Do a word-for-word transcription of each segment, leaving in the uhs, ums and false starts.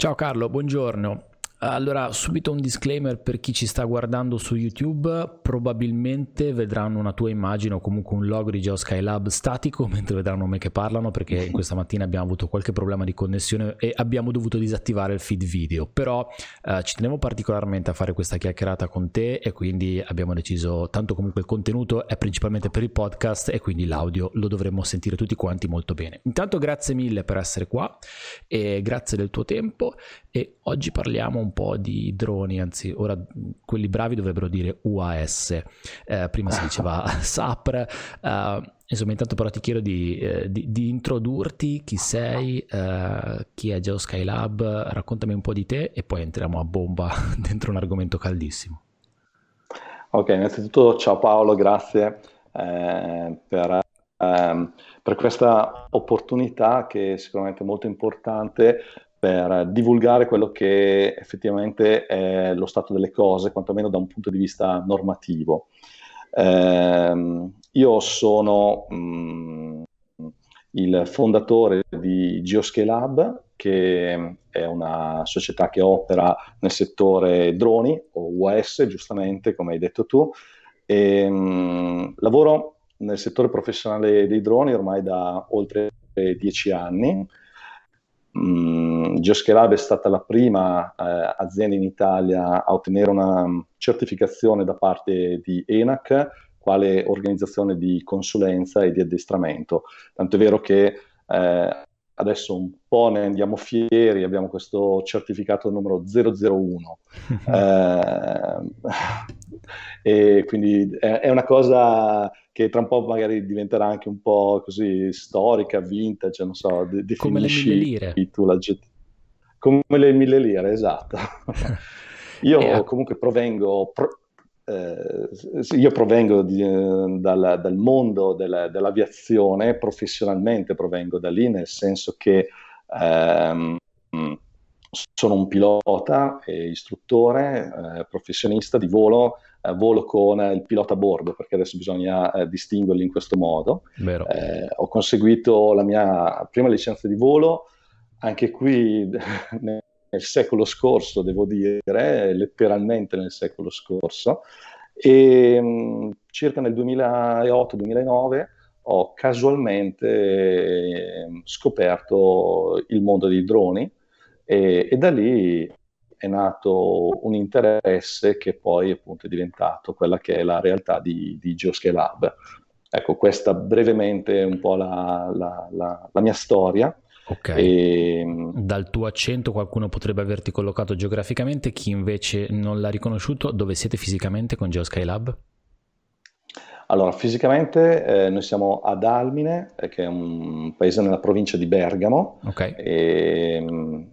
Ciao Carlo, buongiorno. Allora, subito un disclaimer per chi ci sta guardando su YouTube: probabilmente vedranno una tua immagine o comunque un logo di GeoSkyLab statico mentre vedranno me che parlano, perché questa mattina abbiamo avuto qualche problema di connessione e abbiamo dovuto disattivare il feed video. Però eh, ci tenevo particolarmente a fare questa chiacchierata con te e quindi abbiamo deciso, tanto comunque il contenuto è principalmente per il podcast e quindi l'audio lo dovremmo sentire tutti quanti molto bene. Intanto grazie mille per essere qua e grazie del tuo tempo, e oggi parliamo un po' di droni, anzi ora quelli bravi dovrebbero dire U A S, eh, prima si diceva S A P R. Uh, insomma, intanto però ti chiedo di, eh, di, di introdurti, chi sei, eh, chi è GeoSkyLab, raccontami un po' di te e poi entriamo a bomba dentro un argomento caldissimo. Ok, innanzitutto ciao Paolo, grazie eh, per, ehm, per questa opportunità che è sicuramente molto importante per divulgare quello che effettivamente è lo stato delle cose, quantomeno da un punto di vista normativo. Eh, io sono mh, il fondatore di GeoSkyLab, che è una società che opera nel settore droni, o U A S, giustamente, come hai detto tu, e mh, lavoro nel settore professionale dei droni ormai da oltre dieci anni. Mm, GeoSkyLab è stata la prima eh, azienda in Italia a ottenere una certificazione da parte di ENAC, quale organizzazione di consulenza e di addestramento. Tanto è vero che eh, adesso un po' ne andiamo fieri, abbiamo questo certificato numero zero zero uno. eh, e quindi è, è una cosa che tra un po' magari diventerà anche un po' così storica, vintage, non so, de- Come le mille definisci lire. tu la get- come le mille lire, esatto. E Io a- comunque provengo, pro- eh, sì, io provengo di, eh, dal, dal mondo della- dell'aviazione, professionalmente provengo da lì, nel senso che ehm, sono un pilota e istruttore, eh, professionista di volo, eh, volo con il pilota a bordo, perché adesso bisogna eh, distinguerli in questo modo. Vero. Eh, ho conseguito la mia prima licenza di volo, anche qui nel secolo scorso, devo dire, letteralmente nel secolo scorso, e mh, circa nel duemilaotto duemilanove ho casualmente eh, scoperto il mondo dei droni e, e da lì è nato un interesse che poi appunto è diventato quella che è la realtà di, di GeoSkyLab. Ecco, questa brevemente è un po' la, la, la, la mia storia. Ok. E, Dal tuo accento qualcuno potrebbe averti collocato geograficamente, chi invece non l'ha riconosciuto, dove siete fisicamente con GeoSkyLab? allora, fisicamente eh, noi siamo ad Almine, eh, che è un paese nella provincia di Bergamo, Ok. e, mh,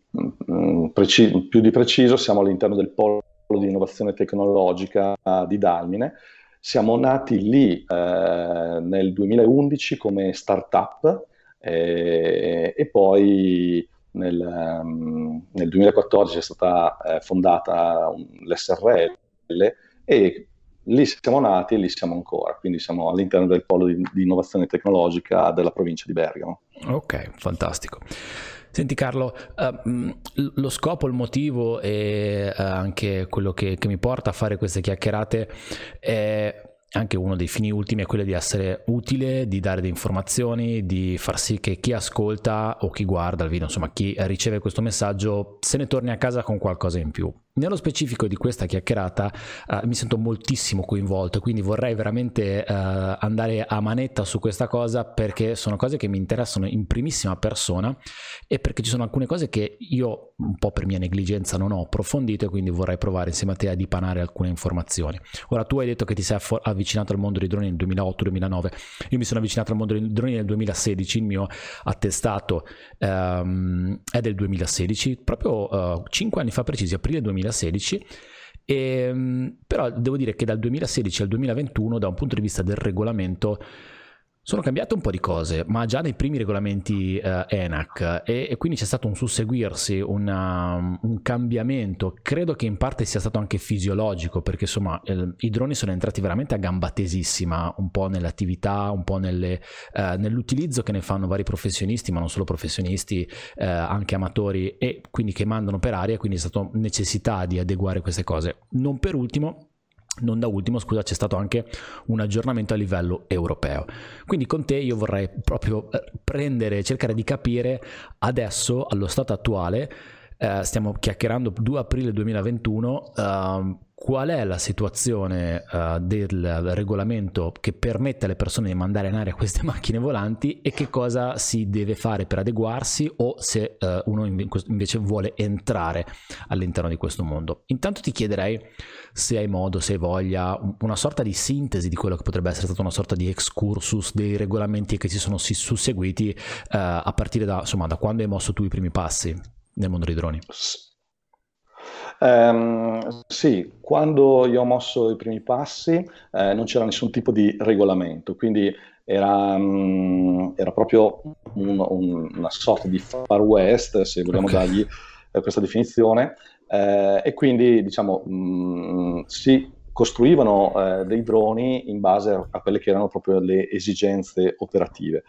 mh, preci- più di preciso siamo all'interno del polo di innovazione tecnologica di Dalmine. Siamo nati lì eh, nel duemilaundici come startup eh, e poi nel, um, nel duemilaquattordici è stata eh, fondata un- l'S R L e lì siamo nati e lì siamo ancora, quindi siamo all'interno del polo di, di innovazione tecnologica della provincia di Bergamo. Ok, fantastico. Senti Carlo, uh, lo scopo, il motivo e uh, anche quello che, che mi porta a fare queste chiacchierate è anche uno dei fini ultimi, è quello di essere utile, di dare delle informazioni, di far sì che chi ascolta o chi guarda il video, insomma chi riceve questo messaggio, se ne torni a casa con qualcosa in più. Nello specifico di questa chiacchierata uh, mi sento moltissimo coinvolto, quindi vorrei veramente uh, andare a manetta su questa cosa, perché sono cose che mi interessano in primissima persona e perché ci sono alcune cose che io un po' per mia negligenza non ho approfondito e quindi vorrei provare insieme a te a dipanare alcune informazioni. Ora, tu hai detto che ti sei aff- avvicinato al mondo dei droni nel duemilaotto duemilanove, io mi sono avvicinato al mondo dei droni nel duemilasedici, il mio attestato um, è del duemilasedici, proprio uh, cinque anni fa precisi, aprile duemilasedici. E, però devo dire che dal duemilasedici al duemilaventuno, da un punto di vista del regolamento, Sono cambiate un po' di cose, ma già nei primi regolamenti eh, ENAC e, e quindi c'è stato un susseguirsi, una, un cambiamento, credo che in parte sia stato anche fisiologico, perché insomma eh, i droni sono entrati veramente a gamba tesissima, un po' nell'attività, un po' nelle, eh, nell'utilizzo che ne fanno vari professionisti, ma non solo professionisti, eh, anche amatori, e quindi che mandano per aria, quindi è stata necessità di adeguare queste cose. Non per ultimo, Non da ultimo, scusa, c'è stato anche un aggiornamento a livello europeo. Quindi con te io vorrei proprio prendere, cercare di capire adesso, allo stato attuale, eh, stiamo chiacchierando due aprile duemilaventuno, eh, qual è la situazione uh, del regolamento che permette alle persone di mandare in aria queste macchine volanti e che cosa si deve fare per adeguarsi, o se uh, uno invece vuole entrare all'interno di questo mondo. Intanto ti chiederei, se hai modo, se hai voglia, una sorta di sintesi di quello che potrebbe essere stata una sorta di excursus dei regolamenti che si sono susseguiti uh, a partire da, insomma, da quando hai mosso tu i primi passi nel mondo dei droni. Um, sì, quando io ho mosso i primi passi eh, non c'era nessun tipo di regolamento, quindi era, um, era proprio un, un, una sorta di Far West, se vogliamo okay. dargli eh, questa definizione, eh, e quindi diciamo mh, si costruivano eh, dei droni in base a, a quelle che erano proprio le esigenze operative.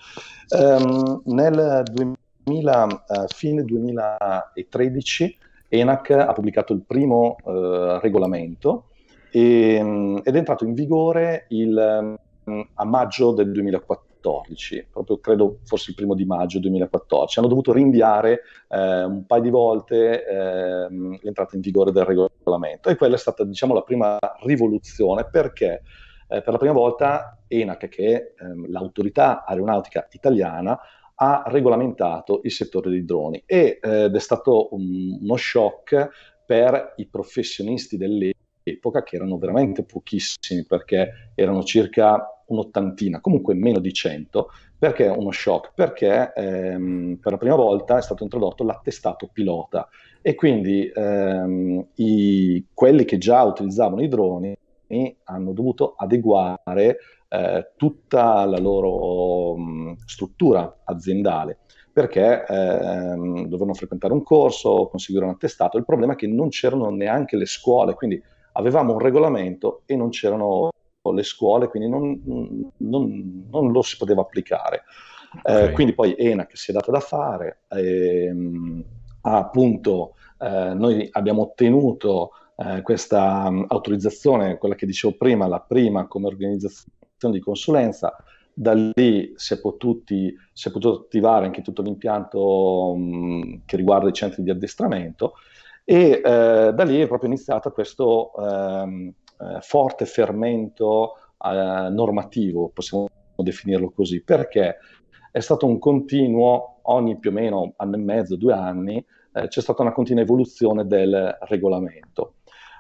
Um, nel duemila, uh, fine duemilatredici ENAC ha pubblicato il primo eh, regolamento e, mh, ed è entrato in vigore il, mh, a maggio del duemilaquattordici, proprio credo forse il primo di maggio duemilaquattordici. Hanno dovuto rinviare eh, un paio di volte eh, l'entrata in vigore del regolamento, e quella è stata, diciamo, la prima rivoluzione, perché eh, per la prima volta ENAC, che è ehm, l'autorità aeronautica italiana, ha regolamentato il settore dei droni, e, eh, ed è stato un, uno shock per i professionisti dell'epoca, che erano veramente pochissimi, perché erano circa un'ottantina, comunque meno di cento. Perché uno shock? Perché ehm, per la prima volta è stato introdotto l'attestato pilota, e quindi ehm, i, quelli che già utilizzavano i droni hanno dovuto adeguare Eh, tutta la loro mh, struttura aziendale, perché ehm, dovevano frequentare un corso, conseguire un attestato. Il problema è che non c'erano neanche le scuole, quindi avevamo un regolamento e non c'erano le scuole, quindi non, non, non lo si poteva applicare. Okay. Eh, quindi poi ENAC si è data da fare, ehm, ha appunto, eh, noi abbiamo ottenuto eh, questa um, autorizzazione, quella che dicevo prima, la prima come organizzazione di consulenza. Da lì si è, potuti, si è potuto attivare anche tutto l'impianto mh, che riguarda i centri di addestramento, e eh, da lì è proprio iniziato questo ehm, eh, forte fermento eh, normativo, possiamo definirlo così, perché è stato un continuo, ogni più o meno anno e mezzo, due anni, eh, c'è stata una continua evoluzione del regolamento.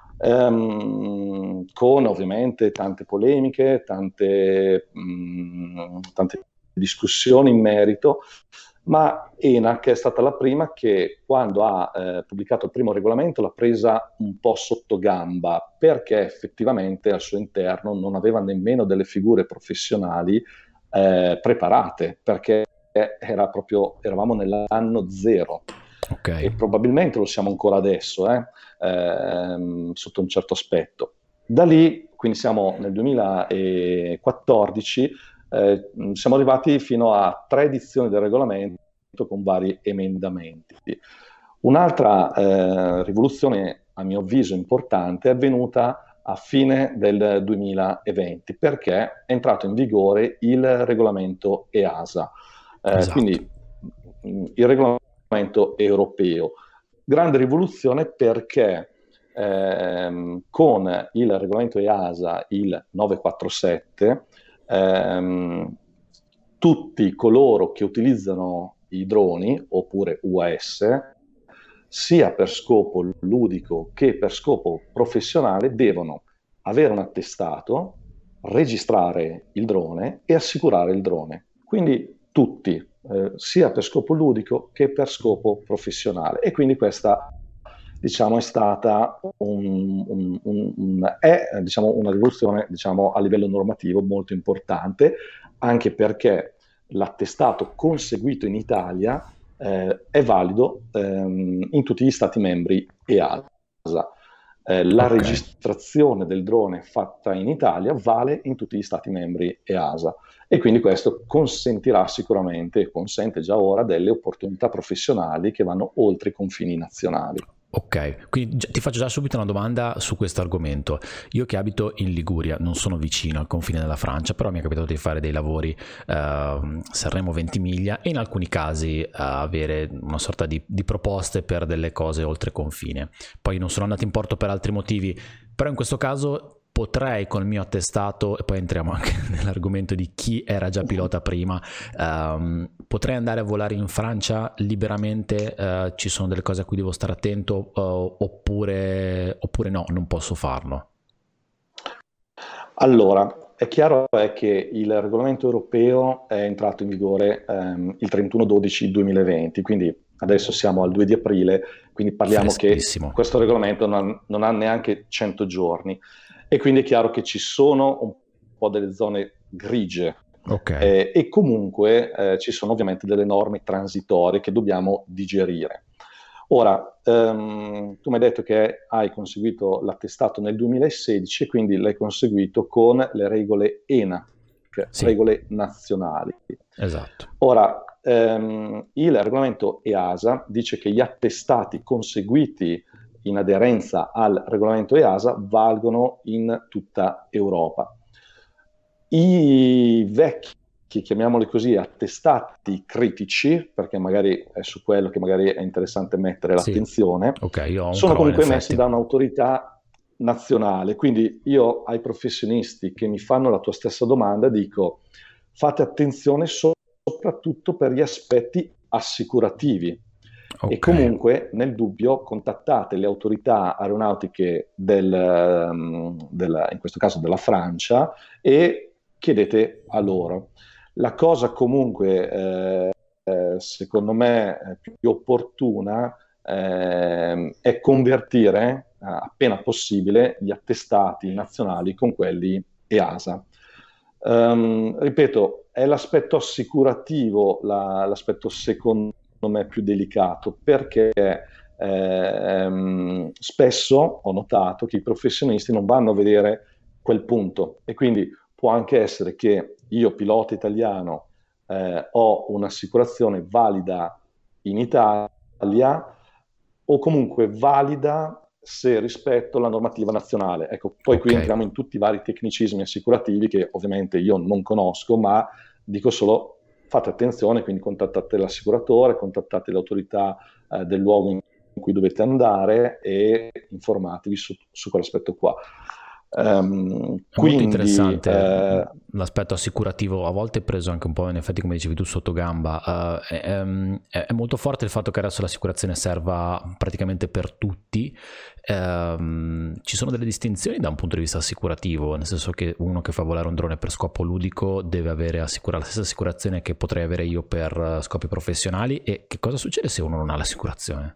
Um, con ovviamente tante polemiche, tante, mh, tante discussioni in merito, ma ENAC è stata la prima che, quando ha eh, pubblicato il primo regolamento, l'ha presa un po' sotto gamba, perché effettivamente al suo interno non aveva nemmeno delle figure professionali eh, preparate, perché era proprio, eravamo nell'anno zero. Okay. E probabilmente lo siamo ancora adesso, eh, ehm, sotto un certo aspetto. Da lì, quindi siamo nel duemilaquattordici, eh, siamo arrivati fino a tre edizioni del regolamento con vari emendamenti. Un'altra eh, rivoluzione, a mio avviso importante, è avvenuta a fine del duemilaventi, perché è entrato in vigore il regolamento EASA. Eh, esatto. Quindi il regolamento europeo. Grande rivoluzione, perché ehm, con il regolamento EASA, il novecentoquarantasette, ehm, tutti coloro che utilizzano i droni, oppure U A S, sia per scopo ludico che per scopo professionale, devono avere un attestato, registrare il drone e assicurare il drone. Quindi tutti, eh, sia per scopo ludico che per scopo professionale. E quindi questa, diciamo, è stata un, un, un, un, è, diciamo, una rivoluzione, diciamo, a livello normativo molto importante, anche perché l'attestato conseguito in Italia eh, è valido ehm, in tutti gli stati membri E A S A. Eh, la Ok. registrazione del drone fatta in Italia vale in tutti gli stati membri E A S A e quindi questo consentirà sicuramente, e consente già ora, delle opportunità professionali che vanno oltre i confini nazionali. Ok, quindi già- ti faccio già subito una domanda su questo argomento. Io che abito in Liguria, non sono vicino al confine della Francia, però mi è capitato di fare dei lavori eh, Sanremo-Ventimiglia e in alcuni casi eh, avere una sorta di, di proposte per delle cose oltre confine. Poi non sono andato in porto per altri motivi, però in questo caso potrei col mio attestato, e poi entriamo anche nell'argomento di chi era già pilota prima, ehm, potrei andare a volare in Francia liberamente, eh, ci sono delle cose a cui devo stare attento, eh, oppure, oppure no, non posso farlo. Allora, è chiaro è che il regolamento europeo è entrato in vigore ehm, il trentuno dodici duemilaventi, quindi adesso siamo al due di aprile, quindi parliamo che Freschissimo. questo regolamento non, non ha neanche cento giorni e quindi è chiaro che ci sono un po' delle zone grigie Ok, eh, e comunque eh, ci sono ovviamente delle norme transitorie che dobbiamo digerire. Ora, ehm, tu mi hai detto che hai conseguito l'attestato nel duemilasedici, quindi l'hai conseguito con le regole E N A, cioè sì, regole nazionali. esatto. Ora, ehm, il regolamento E A S A dice che gli attestati conseguiti in aderenza al regolamento E A S A valgono in tutta Europa. I vecchi, chiamiamoli così, attestati critici, perché magari è su quello che magari è interessante mettere Sì, l'attenzione, ok, io ho un sono pro in comunque emessi effetti. da un'autorità nazionale. Quindi io ai professionisti che mi fanno la tua stessa domanda dico fate attenzione soprattutto per gli aspetti assicurativi. E Ok, comunque, nel dubbio, contattate le autorità aeronautiche del, ehm, della- in questo caso della Francia, e chiedete a loro. La cosa comunque, eh, eh, secondo me, eh, più opportuna ehm, è convertire eh, appena possibile gli attestati nazionali con quelli E A S A. Ehm, ripeto, è l'aspetto assicurativo la- l'aspetto secondo me più delicato, perché ehm, spesso ho notato che i professionisti non vanno a vedere quel punto e quindi può anche essere che io, pilota italiano, eh, ho un'assicurazione valida in Italia o comunque valida se rispetto la normativa nazionale. Ecco, poi qui ok. entriamo in tutti i vari tecnicismi assicurativi che ovviamente io non conosco, ma dico solo fate attenzione, quindi contattate l'assicuratore, contattate l'autorità eh, del luogo in cui dovete andare e informatevi su, su quell'aspetto qua. Um, È molto quindi interessante eh, l'aspetto assicurativo, a volte è preso anche un po' in effetti come dicevi tu sotto gamba. Uh, è, è, è molto forte il fatto che adesso l'assicurazione serva praticamente per tutti. Um, ci sono delle distinzioni da un punto di vista assicurativo, nel senso che uno che fa volare un drone per scopo ludico deve avere assicura- la stessa assicurazione che potrei avere io per scopi professionali, e che cosa succede se uno non ha l'assicurazione?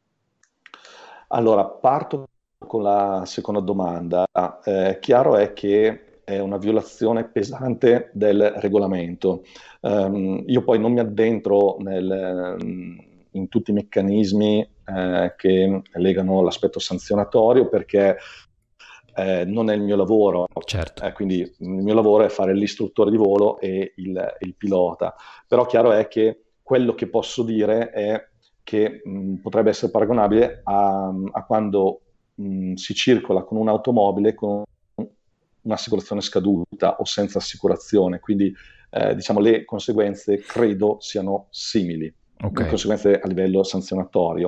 allora parto con la seconda domanda. Eh, chiaro è che è una violazione pesante del regolamento. Um, io poi non mi addentro nel, in tutti i meccanismi eh, che legano l'aspetto sanzionatorio perché eh, non è il mio lavoro. Certo. Eh, quindi il mio lavoro è fare l'istruttore di volo e il, il pilota. Però chiaro è che quello che posso dire è che mh, potrebbe essere paragonabile a, a quando mh, si circola con un'automobile con un'assicurazione scaduta o senza assicurazione, quindi eh, diciamo le conseguenze credo siano simili, Ok. le conseguenze a livello sanzionatorio.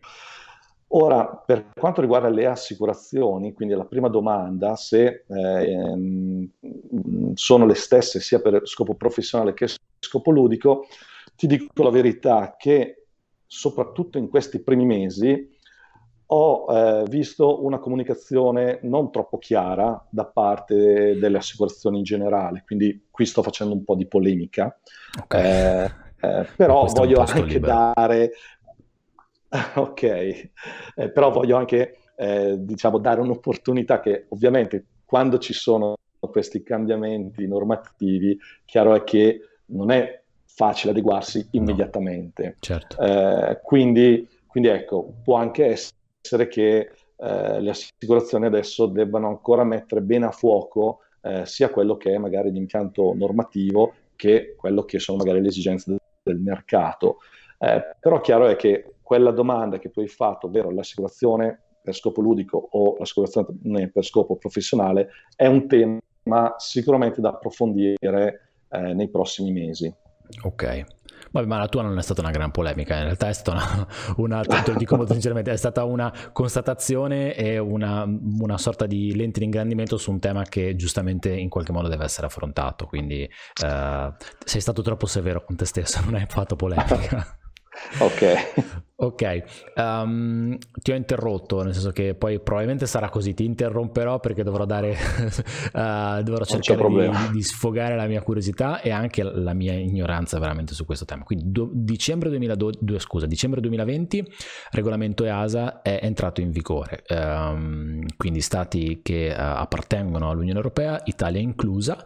Ora, per quanto riguarda le assicurazioni, quindi la prima domanda, se eh, sono le stesse sia per scopo professionale che scopo ludico, ti dico la verità che soprattutto in questi primi mesi ho eh, visto una comunicazione non troppo chiara da parte delle assicurazioni in generale, quindi qui sto facendo un po' di polemica, Ok. eh, eh, Ma però questo è un voglio posto anche libero. dare, ok, eh, però voglio anche eh, diciamo, dare un'opportunità che ovviamente quando ci sono questi cambiamenti normativi, chiaro è che non è facile adeguarsi immediatamente. No, certo. Eh, quindi, quindi ecco, può anche essere che eh, le assicurazioni adesso debbano ancora mettere bene a fuoco eh, sia quello che è magari l'impianto normativo che quello che sono magari le esigenze del, del mercato. Eh, però chiaro è che quella domanda che tu hai fatto, ovvero l'assicurazione per scopo ludico o l'assicurazione per scopo professionale, è un tema sicuramente da approfondire eh, nei prossimi mesi. Ok, vabbè, ma la tua non è stata una gran polemica, in realtà è stata una, una te lo dico molto sinceramente, è stata una constatazione e una, una sorta di lente di ingrandimento su un tema che giustamente in qualche modo deve essere affrontato, quindi uh, sei stato troppo severo con te stesso, non hai fatto polemica. Ok. Ok, um, ti ho interrotto, nel senso che poi probabilmente sarà così, ti interromperò perché dovrò dare, uh, dovrò cercare di, di sfogare la mia curiosità e anche la mia ignoranza veramente su questo tema. Quindi do, dicembre duemiladodici, scusa, dicembre duemilaventi, regolamento E A S A è entrato in vigore, um, quindi stati che uh, appartengono all'Unione Europea, Italia inclusa,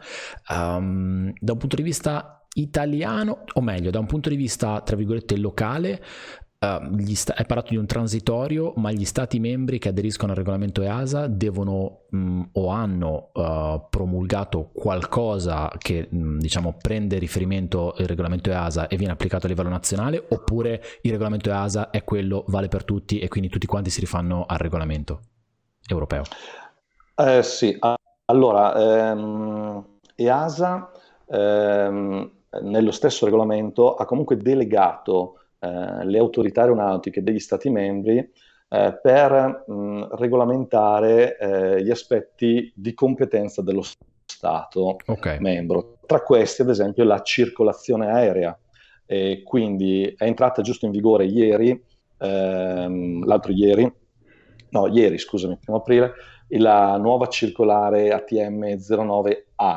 um, da un punto di vista italiano, o meglio, da un punto di vista, tra virgolette, locale, uh, gli sta- hai parlato di un transitorio, ma gli stati membri che aderiscono al regolamento E A S A devono mh, o hanno uh, promulgato qualcosa che mh, diciamo prende riferimento il regolamento E A S A e viene applicato a livello nazionale, oppure il regolamento E A S A è quello, vale per tutti e quindi tutti quanti si rifanno al regolamento europeo? Eh, sì, allora ehm, E A S A ehm, nello stesso regolamento ha comunque delegato eh, le autorità aeronautiche degli Stati membri eh, per mh, regolamentare eh, gli aspetti di competenza dello Stato Okay. membro. Tra questi, ad esempio, la circolazione aerea. E quindi è entrata giusto in vigore ieri, ehm, l'altro ieri, no, ieri, scusami, primo aprile, la nuova circolare A T M zero nove A.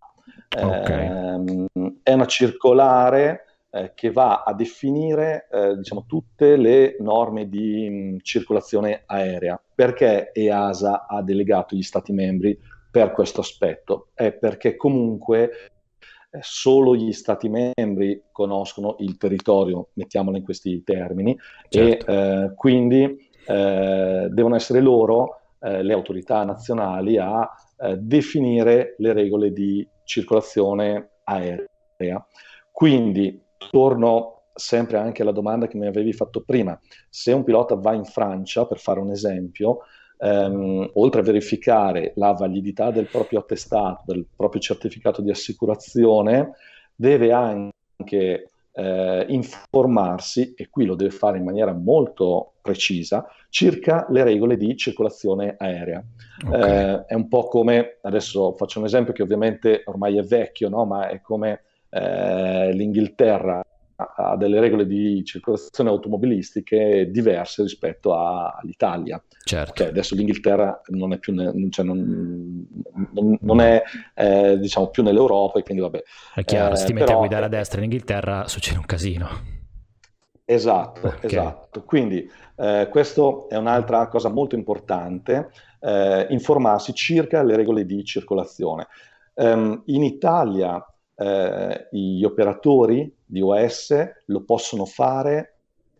Okay. Eh, è una circolare eh, che va a definire eh, diciamo, tutte le norme di mh, circolazione aerea. Perché E A S A ha delegato gli Stati membri per questo aspetto? È perché comunque eh, solo gli Stati membri conoscono il territorio, mettiamolo in questi termini, Certo. e eh, quindi eh, devono essere loro, eh, le autorità nazionali, a eh, definire le regole di circolazione aerea. Quindi torno sempre anche alla domanda che mi avevi fatto prima. Se un pilota va in Francia, per fare un esempio, ehm, oltre a verificare la validità del proprio attestato, del proprio certificato di assicurazione, deve anche eh, informarsi, e qui lo deve fare in maniera molto precisa, circa le regole di circolazione aerea. Okay. Eh, è un po' come, adesso faccio un esempio che ovviamente ormai è vecchio, no? Ma è come eh, l'Inghilterra ha delle regole di circolazione automobilistiche diverse rispetto a, all'Italia. Certo. Okay, adesso l'Inghilterra non è più, ne, cioè non, non, non No. è eh, diciamo più nell'Europa, e quindi vabbè. È chiaro, se Eh, ti metti a però, guidare a eh, destra in Inghilterra succede un casino. Esatto, Ok. esatto. Quindi eh, questo è un'altra cosa molto importante, eh, informarsi circa le regole di circolazione. Um, in Italia eh, gli operatori di O S lo possono fare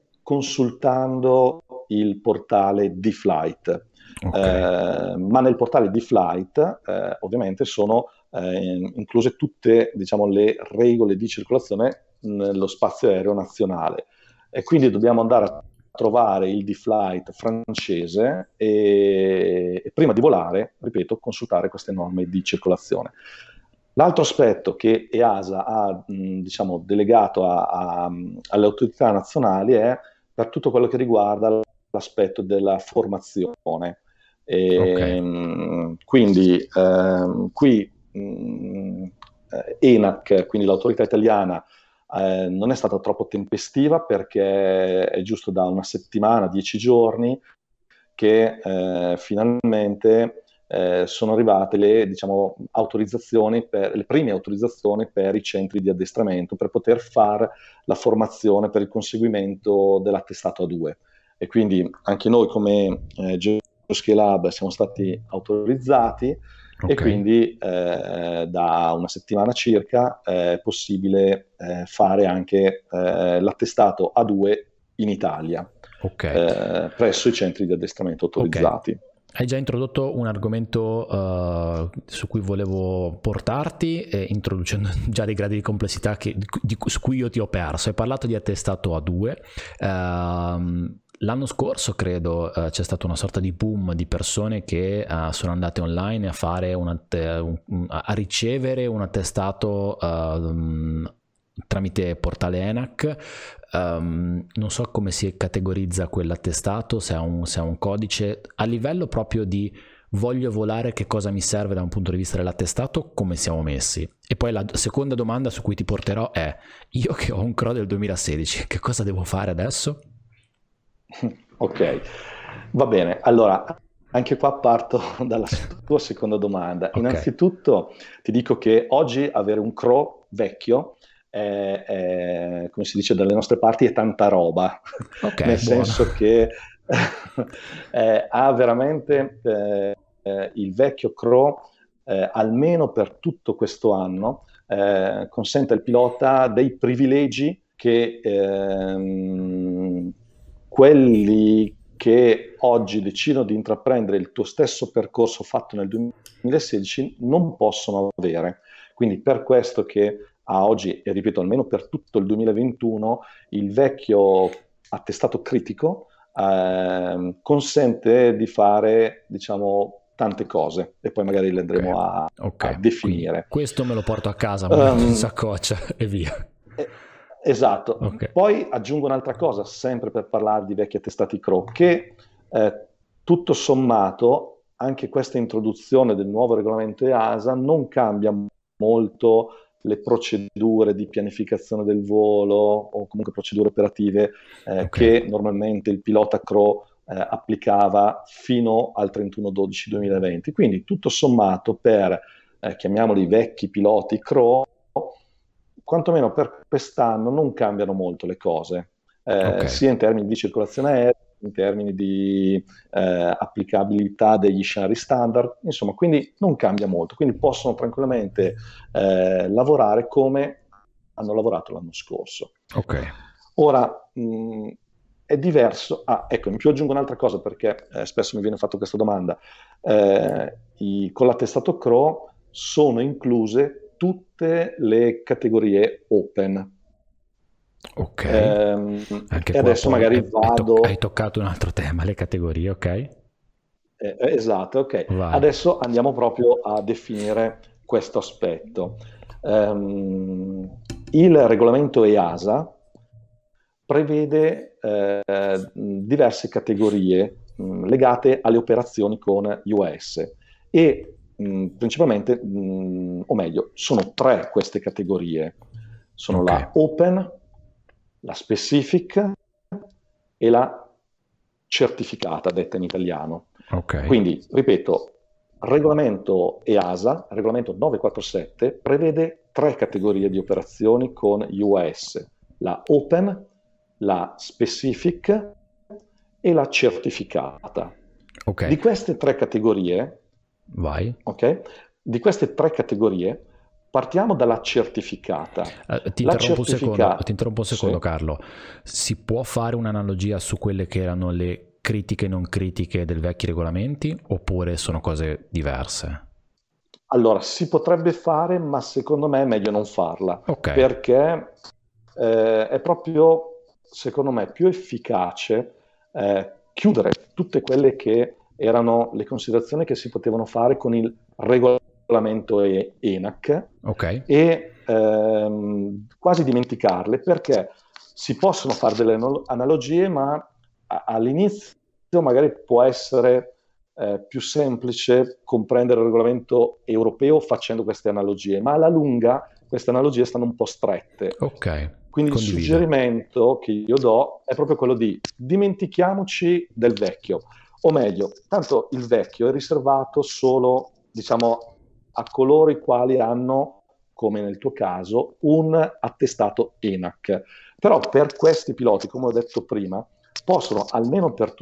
consultando il portale D-Flight. Okay. Eh, ma nel portale D-Flight eh, ovviamente sono eh, incluse tutte, diciamo, le regole di circolazione nello spazio aereo nazionale. E quindi dobbiamo andare a trovare il D-Flight francese e, e prima di volare, ripeto, consultare queste norme di circolazione. L'altro aspetto che E A S A ha mh, diciamo, delegato a, a, alle autorità nazionali è per tutto quello che riguarda l'aspetto della formazione. Okay. E, mh, quindi ehm, qui mh, E N A C, quindi l'autorità italiana, eh, non è stata troppo tempestiva, perché è giusto da una settimana, dieci giorni, che eh, finalmente eh, sono arrivate le, diciamo, autorizzazioni per, le prime autorizzazioni per i centri di addestramento per poter fare la formazione per il conseguimento dell'attestato A due. E quindi anche noi come eh, Scalehub siamo stati autorizzati, Ok. e quindi eh, da una settimana circa eh, è possibile eh, fare anche eh, l'attestato A due in Italia, Ok. eh, presso i centri di addestramento Ok. autorizzati. Hai già introdotto un argomento uh, su cui volevo portarti, eh, introducendo già dei gradi di complessità che, di, di, su cui io ti ho perso. Hai parlato di attestato A due. Uh, l'anno scorso, credo, uh, c'è stata una sorta di boom di persone che uh, sono andate online a fare un, un, a ricevere un attestato uh, tramite portale ENAC. Um, non so come si categorizza quell'attestato, se ha, un, se ha un codice, a livello proprio di voglio volare, che cosa mi serve da un punto di vista dell'attestato, come siamo messi? E poi la seconda domanda su cui ti porterò è: io che ho un C R O del duemilasedici, che cosa devo fare adesso? Ok, va bene, allora anche qua parto dalla tua seconda domanda. Ok. Innanzitutto ti dico che oggi avere un C R O vecchio è, è, come si dice dalle nostre parti, è tanta roba, Ok, nel buono. senso che eh, ha veramente eh, eh, il vecchio C R O, eh, almeno per tutto questo anno, eh, consente al pilota dei privilegi che ehm, quelli che oggi decidono di intraprendere il tuo stesso percorso fatto nel duemilasedici non possono avere. Quindi per questo che a oggi, e ripeto, almeno per tutto il duemilaventuno, il vecchio attestato critico eh, consente di fare, diciamo, tante cose, e poi magari le andremo Ok, a, ok. a definire. Quindi questo me lo porto a casa, me lo metto in Um, saccoccia e via. eh, esatto. Ok. Poi aggiungo un'altra cosa, sempre per parlare di vecchi attestati C R O, che eh, tutto sommato anche questa introduzione del nuovo regolamento E A S A non cambia molto le procedure di pianificazione del volo, o comunque procedure operative eh, Ok. che normalmente il pilota C R O eh, applicava fino al trentuno dicembre duemilaventi. Quindi tutto sommato per, eh, chiamiamoli vecchi piloti C R O, quantomeno per quest'anno non cambiano molto le cose, eh, Ok. sia in termini di circolazione aerea, in termini di eh, applicabilità degli scenari standard, insomma, quindi non cambia molto, quindi possono tranquillamente eh, lavorare come hanno lavorato l'anno scorso. Ok. Ora, mh, è diverso. Ah, ecco, in più aggiungo un'altra cosa, perché eh, spesso mi viene fatta questa domanda. Eh, i, con l'attestato C R O sono incluse tutte le categorie open. Ok. Ehm, Anche e qua adesso poi magari hai, hai toc- hai vado. toccato un altro tema, le categorie, ok? Eh, esatto, ok. Vai. Adesso andiamo proprio a definire questo aspetto. Ehm, il regolamento E A S A prevede eh, diverse categorie mh, legate alle operazioni con U A S, e mh, principalmente, mh, o meglio, sono tre queste categorie. Sono Ok. la Open, la Specific e la certificata, detta in italiano. Ok. Quindi, ripeto, regolamento E A S A, regolamento novecentoquarantasette, prevede tre categorie di operazioni con U A S: la Open, la Specific e la certificata. Ok. Di queste tre categorie, Vai. ok? Di queste tre categorie partiamo dalla certificata. Eh, ti La interrompo un secondo, ti certificata, interrompo un sì. secondo, Carlo. Si può fare un'analogia su quelle che erano le critiche e non critiche del vecchi regolamenti, oppure sono cose diverse? Allora, si potrebbe fare, ma secondo me è meglio non farla, Ok. perché eh, è proprio, secondo me, più efficace eh, chiudere tutte quelle che erano le considerazioni che si potevano fare con il regolamento E- ENAC, Ok. e ehm, quasi dimenticarle, perché si possono fare delle anal- analogie, ma a- all'inizio magari può essere eh, più semplice comprendere il regolamento europeo facendo queste analogie, ma alla lunga queste analogie stanno un po' strette. Ok. Quindi il Condivido. suggerimento che io do è proprio quello di dimentichiamoci del vecchio, o meglio, tanto il vecchio è riservato solo, diciamo, a coloro i quali hanno, come nel tuo caso, un attestato ENAC. Però per questi piloti, come ho detto prima, possono, almeno per tutto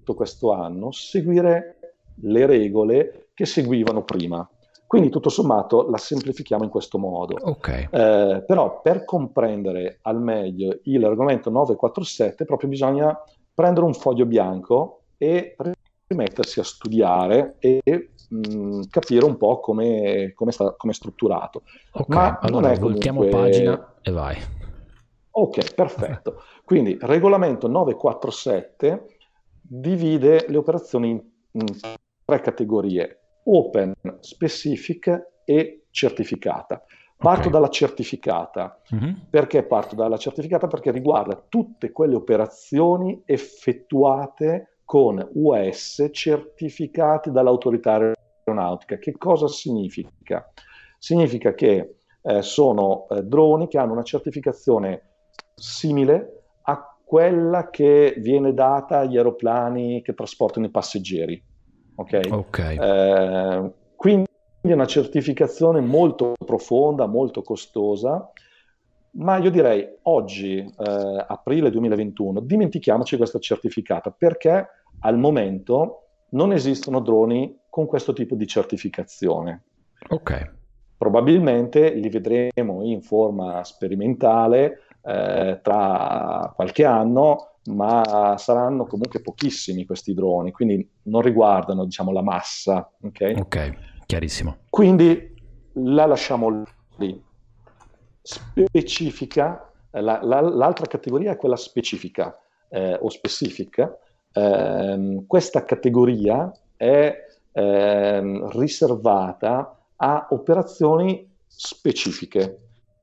tutto questo anno seguire le regole che seguivano prima. Quindi tutto sommato la semplifichiamo in questo modo. Ok. Eh, però per comprendere al meglio il regolamento nove quattro sette proprio bisogna prendere un foglio bianco e rimettersi a studiare e mh, capire un po' come, come, sta, come è strutturato. Ok, Ma allora non è voltiamo comunque... pagina e vai. Ok, perfetto. Quindi regolamento nove quattro sette divide le operazioni in, in tre categorie: open, specific e certificata. Parto Ok. dalla certificata. Mhm. Perché parto dalla certificata? Perché riguarda tutte quelle operazioni effettuate con U A S certificati dall'autorità aeronautica. Che cosa significa? Significa che eh, sono eh, droni che hanno una certificazione simile a quella che viene data agli aeroplani che trasportano i passeggeri. Ok? Ok. Eh, quindi è una certificazione molto profonda, molto costosa, ma io direi oggi, eh, aprile duemilaventuno, dimentichiamoci questa certificata perché al momento non esistono droni con questo tipo di certificazione. Ok. Probabilmente li vedremo in forma sperimentale eh, tra qualche anno, ma saranno comunque pochissimi questi droni, quindi non riguardano, diciamo, la massa. Okay? Ok, chiarissimo. Quindi la lasciamo lì. Specifica, la, la, l'altra categoria è quella specifica eh, o specific. Eh, questa categoria è eh, riservata a operazioni specifiche.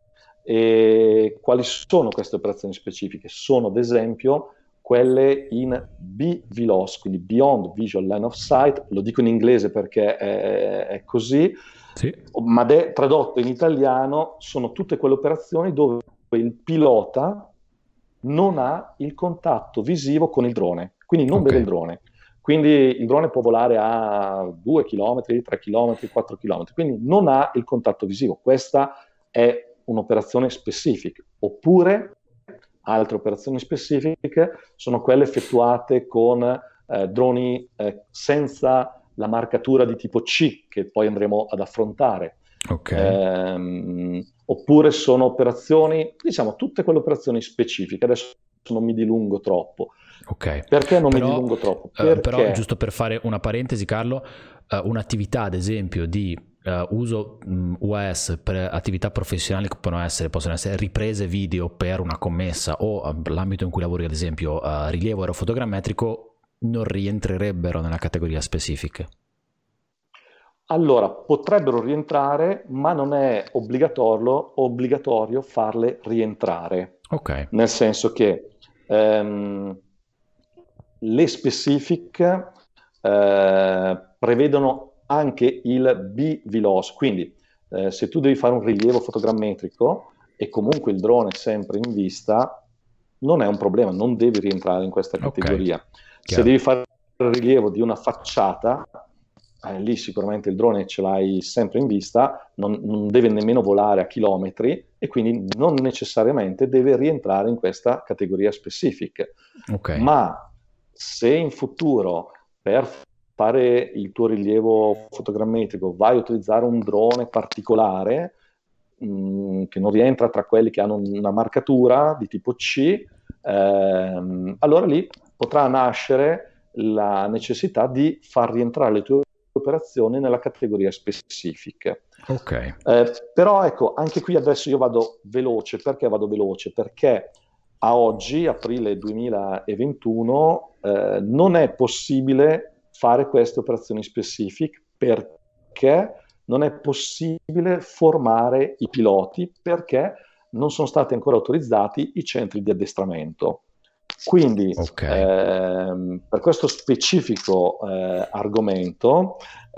E quali sono queste operazioni specifiche? Sono ad esempio quelle in B V L O S, quindi Beyond Visual Line of Sight, lo dico in inglese perché è, è così, Sì. ma de- tradotto in italiano sono tutte quelle operazioni dove il pilota non ha il contatto visivo con il drone, quindi non Ok. vede il drone. Quindi il drone può volare a due chilometri, tre chilometri, quattro chilometri, quindi non ha il contatto visivo. Questa è un'operazione specifica. Oppure altre operazioni specifiche sono quelle effettuate con eh, droni eh, senza la marcatura di tipo C, che poi andremo ad affrontare. Ok. Ehm, oppure sono operazioni, diciamo, tutte quelle operazioni specifiche. Adesso non mi dilungo troppo. Ok, Perché non mi però, dilungo troppo? eh, però Perché giusto per fare una parentesi, Carlo, eh, un'attività ad esempio di eh, uso mh, U A S per attività professionali che possono essere, possono essere riprese video per una commessa o eh, l'ambito in cui lavori ad esempio eh, rilievo aerofotogrammetrico non rientrerebbero nella categoria specifiche. allora potrebbero rientrare, ma non è obbligatorio, obbligatorio farle rientrare. Ok, Nel senso che ehm, le specific eh, prevedono anche il B V L O S, quindi eh, se tu devi fare un rilievo fotogrammetrico e comunque il drone è sempre in vista, non è un problema, non devi rientrare in questa ok, categoria. Se chiaro. devi fare il rilievo di una facciata, eh, lì sicuramente il drone ce l'hai sempre in vista, non, non deve nemmeno volare a chilometri e quindi non necessariamente deve rientrare in questa categoria specific. Ok, Ma se in futuro per fare il tuo rilievo fotogrammetrico vai a utilizzare un drone particolare mh, che non rientra tra quelli che hanno una marcatura di tipo C, ehm, allora lì potrà nascere la necessità di far rientrare le tue operazioni nella categoria specific. ok, Eh, però ecco, anche qui adesso io vado veloce. Perché vado veloce? Perché a oggi, aprile duemilaventuno, eh, non è possibile fare queste operazioni specific perché non è possibile formare i piloti perché non sono stati ancora autorizzati i centri di addestramento. Quindi, ok. ehm, per questo specifico eh, argomento,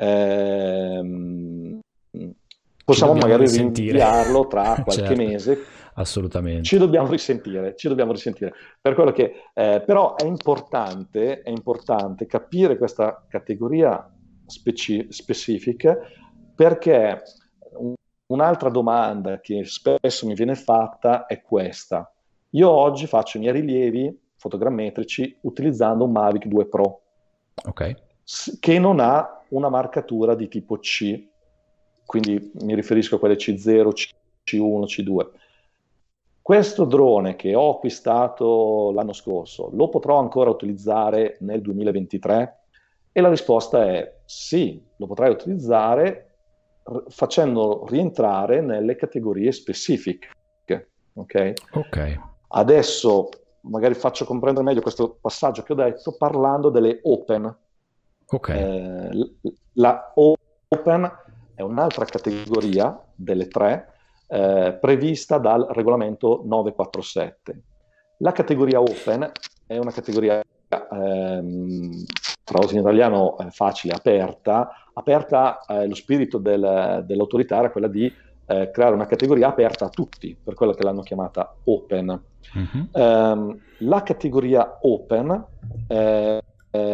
ehm, Ci possiamo dobbiamo magari risentire. rinviarlo tra qualche Certo, mese. Ci assolutamente. dobbiamo risentire, ci dobbiamo risentire. Per quello che, eh, però è importante, è importante capire questa categoria speci- specifica perché un- un'altra domanda che spesso mi viene fatta è questa. Io oggi faccio i miei rilievi fotogrammetrici utilizzando un Mavic due Pro. Ok. che non ha una marcatura di tipo C, quindi mi riferisco a quelle C zero, C uno, C due. Questo drone che ho acquistato l'anno scorso, lo potrò ancora utilizzare nel duemilaventitré? E la risposta è sì, lo potrai utilizzare r- facendolo rientrare nelle categorie specifiche. Ok? Ok. Adesso magari faccio comprendere meglio questo passaggio che ho detto parlando delle open. Ok. Eh, l- la open è un'altra categoria delle tre eh, prevista dal regolamento novecentoquarantasette. La categoria open è una categoria, ehm, tradotta in italiano eh, facile, aperta. Aperta, eh, lo spirito del- dell'autorità era quella di eh, creare una categoria aperta a tutti, per quello che l'hanno chiamata open. Mhm. Ehm, la categoria open eh,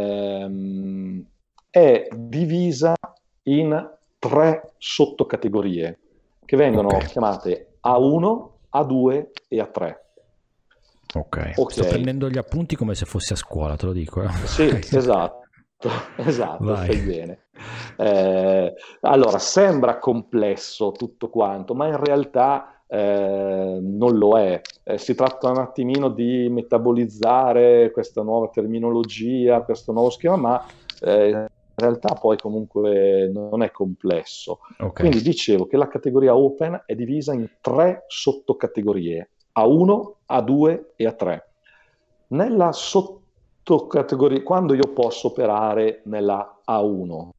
ehm, è divisa in tre sottocategorie che vengono Ok. chiamate A uno, A due e A tre. Ok. Ok, Sto prendendo gli appunti come se fossi a scuola, te lo dico. eh. sì, esatto, esatto, Vai. fai bene. Eh, allora, sembra complesso tutto quanto, ma in realtà eh, non lo è. Eh, si tratta un attimino di metabolizzare questa nuova terminologia, questo nuovo schema, ma eh, in realtà poi comunque non è complesso. Ok. Quindi dicevo che la categoria open è divisa in tre sottocategorie, A uno, A due e A tre. Nella sottocategoria, quando io posso operare nella A uno,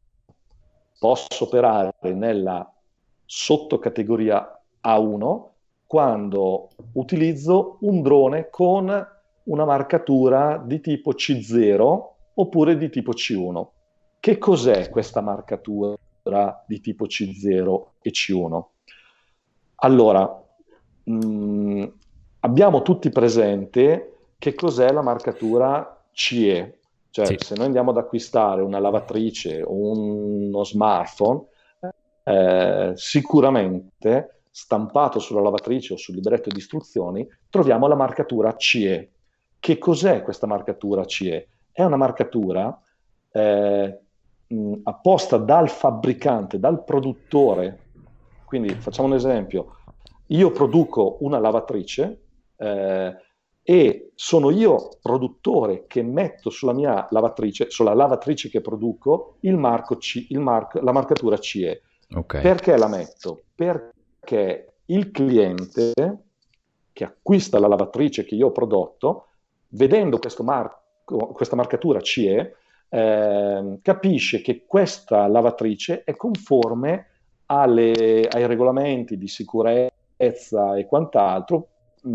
posso operare nella sottocategoria A uno quando utilizzo un drone con una marcatura di tipo C zero oppure di tipo C uno. Che cos'è questa marcatura di tipo C zero e C uno? Allora, mh, abbiamo tutti presente che cos'è la marcatura C E. Cioè, Sì. se noi andiamo ad acquistare una lavatrice o uno smartphone, eh, sicuramente stampato sulla lavatrice o sul libretto di istruzioni troviamo la marcatura C E. Che cos'è questa marcatura C E? È una marcatura eh, mh, apposta dal fabbricante, dal produttore. Quindi facciamo un esempio: io produco una lavatrice eh, e sono io produttore che metto sulla mia lavatrice, sulla lavatrice che produco, il marco C, il marco, la marcatura C E. Ok. Perché la metto? Perché il cliente che acquista la lavatrice che io ho prodotto, vedendo questo marco, questa marcatura C E, eh, capisce che questa lavatrice è conforme alle, ai regolamenti di sicurezza e quant'altro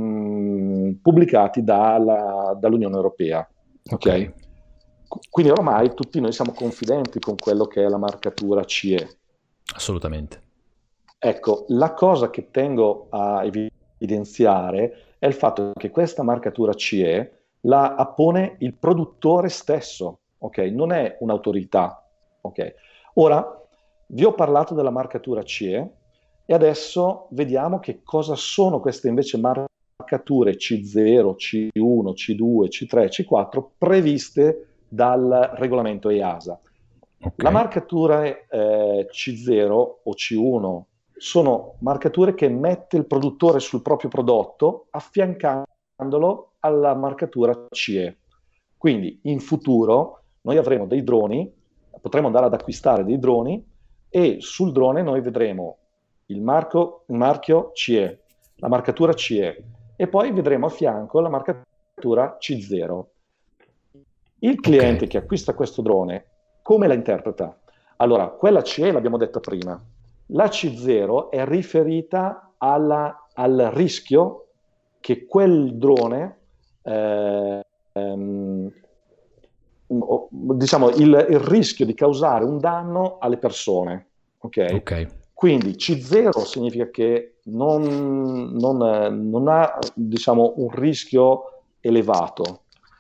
mh, pubblicati dalla, dall'Unione Europea. Ok. Okay? Quindi ormai tutti noi siamo confidenti con quello che è la marcatura C E. Assolutamente. Ecco, la cosa che tengo a evidenziare è il fatto che questa marcatura C E la appone il produttore stesso, ok? Non è un'autorità, ok? Ora, vi ho parlato della marcatura C E e adesso vediamo che cosa sono queste invece marcature C zero, C uno, C due, C tre, C quattro previste dal regolamento E A S A. Ok. La marcatura eh, C zero o C uno sono marcature che mette il produttore sul proprio prodotto affiancandolo alla marcatura C E. Quindi in futuro noi avremo dei droni, potremo andare ad acquistare dei droni e sul drone noi vedremo il, marco, il marchio C E, la marcatura C E e poi vedremo a fianco la marcatura C zero. Il Ok. cliente che acquista questo drone, come la interpreta? Allora, quella C E l'abbiamo detta prima. La C zero è riferita alla, al rischio che quel drone, eh, ehm, diciamo, il, il rischio di causare un danno alle persone. Ok? Ok. Quindi C zero significa che non, non, non ha, diciamo, un rischio elevato.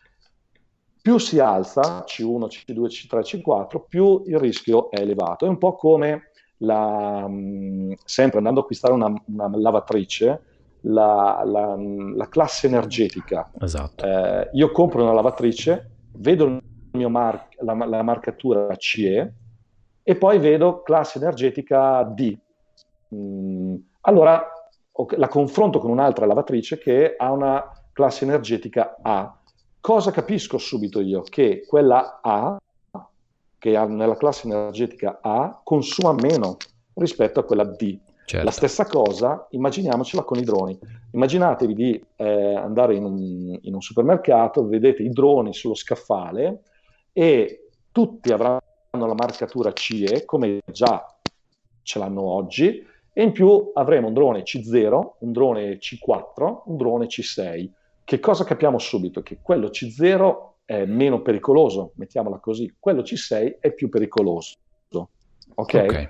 Più si alza, C uno, C due, C tre, C quattro, più il rischio è elevato. È un po' come, la, sempre andando a acquistare una, una lavatrice, la, la, la classe energetica. Esatto. Eh, io compro una lavatrice, vedo il mio mar- la, la marcatura C E e poi vedo classe energetica D. Mm, allora ok, la confronto con un'altra lavatrice che ha una classe energetica A. Cosa capisco subito io? Che quella A, che ha nella classe energetica A, consuma meno rispetto a quella D. Certo. La stessa cosa, immaginiamocela con i droni. Immaginatevi di eh, andare in un, in un supermercato, vedete i droni sullo scaffale e tutti avranno la marcatura C E, come già ce l'hanno oggi, e in più avremo un drone C zero, un drone C quattro, un drone C sei. Che cosa capiamo subito? Che quello C zero è meno pericoloso, mettiamola così, quello C sei è più pericoloso. Ok? Ok.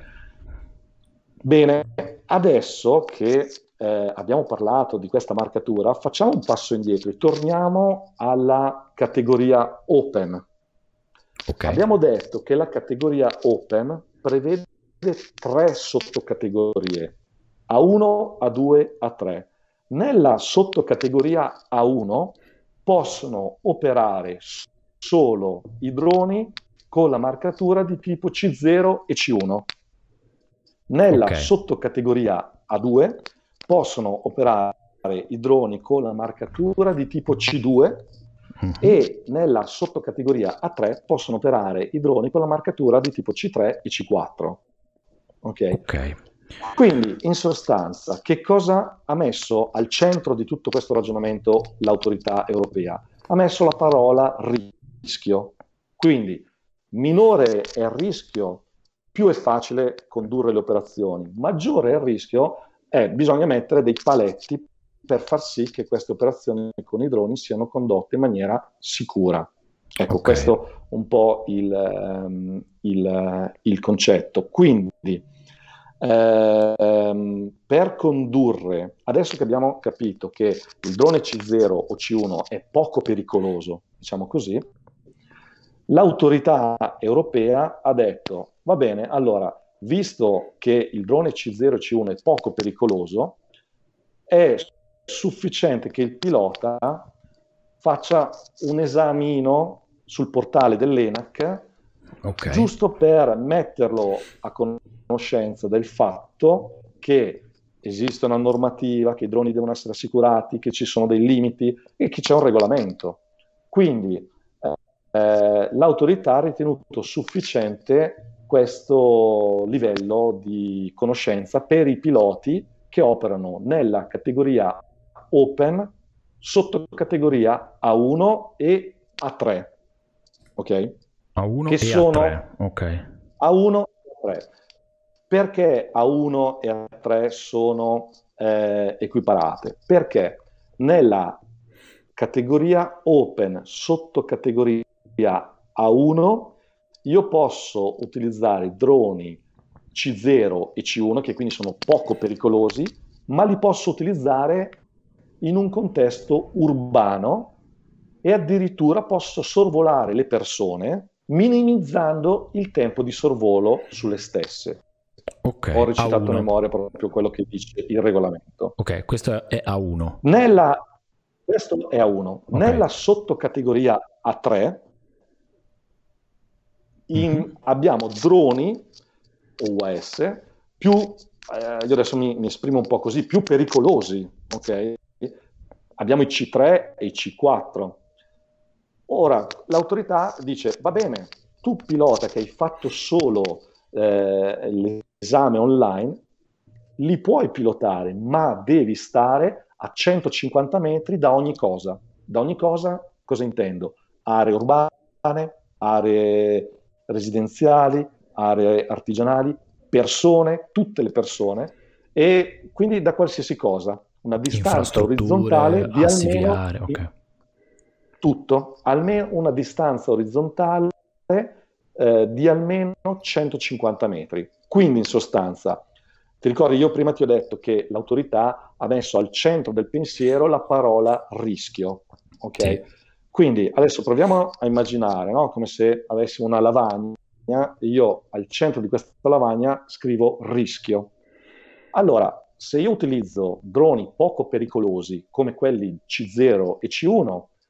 Bene, adesso che eh, abbiamo parlato di questa marcatura, facciamo un passo indietro e torniamo alla categoria Open. Ok. Abbiamo detto che la categoria Open prevede tre sottocategorie, A uno, A due, A tre. Nella sottocategoria A uno possono operare solo i droni con la marcatura di tipo C zero e C uno. Nella Ok. sottocategoria A due possono operare i droni con la marcatura di tipo C due Mhm. e nella sottocategoria A tre possono operare i droni con la marcatura di tipo C tre e C quattro. Ok? Ok. Quindi, in sostanza, che cosa ha messo al centro di tutto questo ragionamento l'autorità europea? Ha messo la parola rischio. Quindi, minore è il rischio, più è facile condurre le operazioni. Maggiore è il rischio, è bisogna mettere dei paletti per far sì che queste operazioni con i droni siano condotte in maniera sicura. Ecco, Ok. questo è un po' il, um, il, il concetto. Quindi, ehm, per condurre, adesso che abbiamo capito che il drone C zero o C uno è poco pericoloso, diciamo così, l'autorità europea ha detto, va bene, allora, visto che il drone C zero e C uno è poco pericoloso, è sufficiente che il pilota faccia un esamino sul portale dell'ENAC, Ok. giusto per metterlo a conoscenza del fatto che esiste una normativa, che i droni devono essere assicurati, che ci sono dei limiti e che c'è un regolamento. Quindi eh, l'autorità ha ritenuto sufficiente questo livello di conoscenza per i piloti che operano nella categoria Open, sottocategoria A uno e A tre, ok? A uno Che e A tre. sono Ok. A uno e A tre. Perché A uno e A tre sono eh, equiparate? Perché nella categoria Open, sottocategoria A uno, io posso utilizzare droni C zero e C uno, che quindi sono poco pericolosi, ma li posso utilizzare in un contesto urbano e addirittura posso sorvolare le persone minimizzando il tempo di sorvolo sulle stesse. Ok. Ho recitato a A uno. memoria proprio quello che dice il regolamento. Ok, questo è A uno. Nella, questo è A uno. Ok. Nella sottocategoria A tre in, Mhm. abbiamo droni o U A S più, eh, io adesso mi, mi esprimo un po' così, più pericolosi, ok? Abbiamo i C tre e i C quattro. Ora, l'autorità dice, va bene, tu pilota che hai fatto solo eh, l'esame online, li puoi pilotare, ma devi stare a centocinquanta metri da ogni cosa. Da ogni cosa, cosa intendo? Aree urbane, aree residenziali, aree artigianali, persone, tutte le persone, e quindi da qualsiasi cosa. Una distanza Infrastrutture, orizzontale di assi almeno viare, ok. tutto, almeno una distanza orizzontale eh, di almeno centocinquanta metri. Quindi in sostanza, ti ricordi, io prima ti ho detto che l'autorità ha messo al centro del pensiero la parola rischio, ok? Sì. Quindi adesso proviamo a immaginare, no? Come se avessimo una lavagna e io al centro di questa lavagna scrivo rischio. Allora, se io utilizzo droni poco pericolosi come quelli C zero e C uno,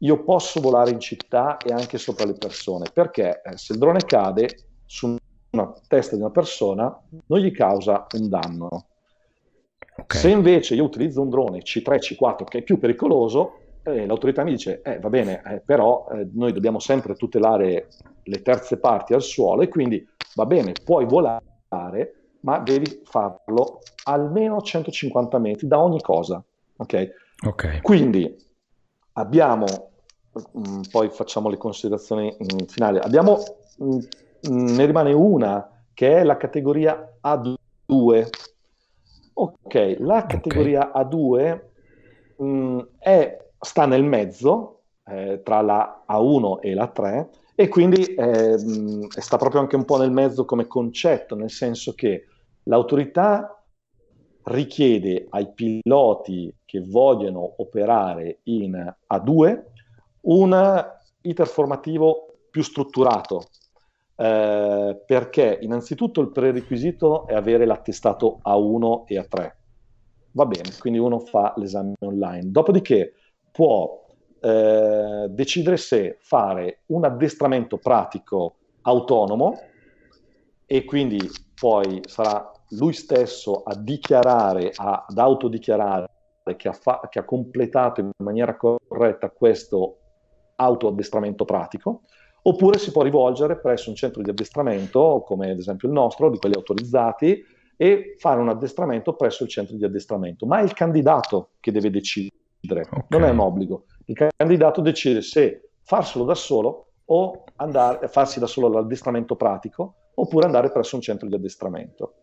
io posso volare in città e anche sopra le persone, perché eh, se il drone cade su una testa di una persona non gli causa un danno. Okay. Se invece io utilizzo un drone C tre, C quattro che è più pericoloso, eh, l'autorità mi dice, eh, va bene, eh, però eh, noi dobbiamo sempre tutelare le terze parti al suolo e quindi va bene, puoi volare, ma devi farlo almeno centocinquanta metri da ogni cosa. Ok? Okay. Quindi abbiamo, mh, poi facciamo le considerazioni mh, finali, abbiamo, mh, ne rimane una che è la categoria A due. Ok, la categoria okay. A due mh, è, sta nel mezzo eh, tra la A uno e la tre e quindi eh, mh, sta proprio anche un po' nel mezzo come concetto, nel senso che l'autorità richiede ai piloti che vogliono operare in A due un iter formativo più strutturato, eh, perché innanzitutto il prerequisito è avere l'attestato A uno e A tre. Va bene, quindi uno fa l'esame online. Dopodiché può eh, decidere se fare un addestramento pratico autonomo e quindi poi sarà lui stesso a dichiarare, a, ad autodichiarare che ha, fa, che ha completato in maniera corretta questo autoaddestramento pratico, oppure si può rivolgere presso un centro di addestramento, come ad esempio il nostro, di quelli autorizzati, e fare un addestramento presso il centro di addestramento. Ma è il candidato che deve decidere, okay. Non è un obbligo. Il candidato decide se farselo da solo o andare, farsi da solo l'addestramento pratico, oppure andare presso un centro di addestramento.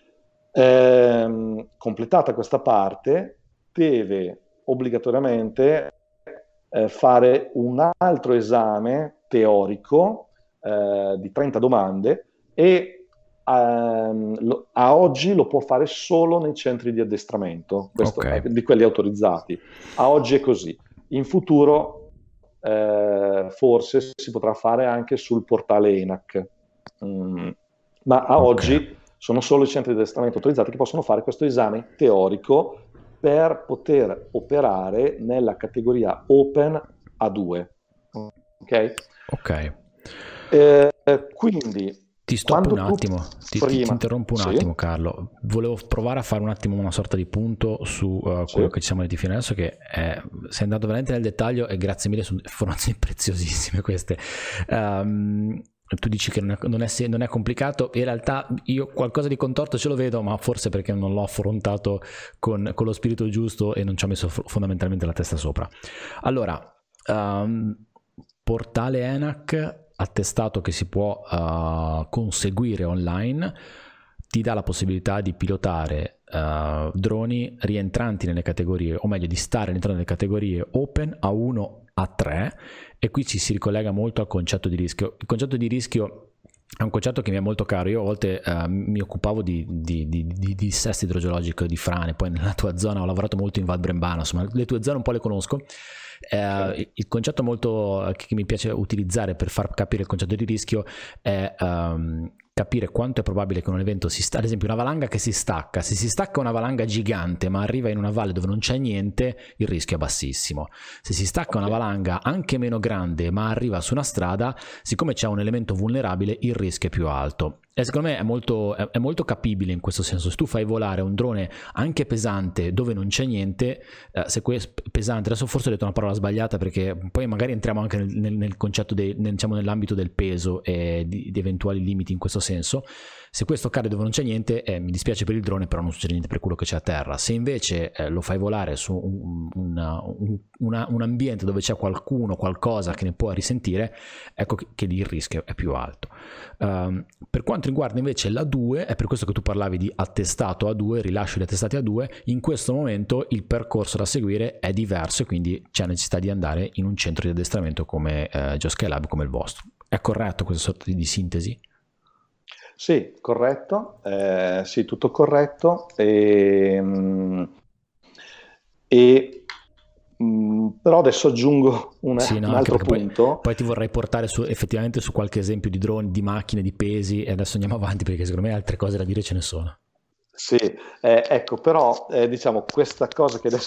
Eh, completata questa parte, deve obbligatoriamente eh, fare un altro esame teorico eh, di trenta domande e ehm, lo, a oggi lo può fare solo nei centri di addestramento, questo, okay. Di quelli autorizzati. A oggi è così. In futuro eh, forse si potrà fare anche sul portale E N A C. Mm. Ma a okay. oggi sono solo i centri di addestramento autorizzati che possono fare questo esame teorico per poter operare nella categoria Open A due. Ok? Ok. Eh, quindi... Ti stoppo un attimo, ti, prima... ti interrompo un sì? attimo Carlo, volevo provare a fare un attimo una sorta di punto su uh, quello sì? che ci siamo detti fino adesso, che è, sei andato veramente nel dettaglio e grazie mille, sono informazioni preziosissime queste. Um, tu dici che non è, non, è, non è complicato, in realtà io qualcosa di contorto ce lo vedo, ma forse perché non l'ho affrontato con, con lo spirito giusto e non ci ho messo fondamentalmente la testa sopra. Allora, um, portale E N A C, attestato che si può uh, conseguire online, ti dà la possibilità di pilotare uh, droni rientranti nelle categorie, o meglio di stare all'interno delle categorie Open, A uno, A tre, e qui ci si ricollega molto al concetto di rischio. Il concetto di rischio è un concetto che mi è molto caro. Io a volte uh, mi occupavo di, di, di, di, di dissesto idrogeologico, di frane, poi nella tua zona ho lavorato molto in Val Brembana, insomma le tue zone un po' le conosco. Eh, il concetto molto che mi piace utilizzare per far capire il concetto di rischio è um, capire quanto è probabile che un evento si sta, ad esempio una valanga che si stacca, se si stacca una valanga gigante ma arriva in una valle dove non c'è niente, il rischio è bassissimo. Se si stacca okay. una valanga anche meno grande ma arriva su una strada, siccome c'è un elemento vulnerabile, il rischio è più alto. E secondo me è molto, è, è molto capibile in questo senso. Se tu fai volare un drone anche pesante dove non c'è niente, eh, se questo pesante, adesso forse ho detto una parola sbagliata perché poi magari entriamo anche nel, nel, nel concetto, de, nel, diciamo nell'ambito del peso e di, di eventuali limiti in questo senso. Se questo cade dove non c'è niente, eh, mi dispiace per il drone, però non succede niente per quello che c'è a terra. Se invece eh, lo fai volare su un, una, un, una, un ambiente dove c'è qualcuno, qualcosa che ne può risentire, ecco che, che lì il rischio è più alto. Um, per quanto riguarda invece l'A due, è per questo che tu parlavi di attestato A due, rilascio di attestati A due, in questo momento il percorso da seguire è diverso e quindi c'è necessità di andare in un centro di addestramento come eh, GeoSkyLab, come il vostro. È corretto questa sorta di, di sintesi? Sì, corretto, eh, sì, tutto corretto, e, e mh, però adesso aggiungo una, sì, no, un altro punto. Poi, poi ti vorrei portare su, effettivamente su qualche esempio di droni, di macchine, di pesi, e adesso andiamo avanti perché secondo me altre cose da dire ce ne sono. Sì, eh, ecco, però eh, diciamo questa cosa che adesso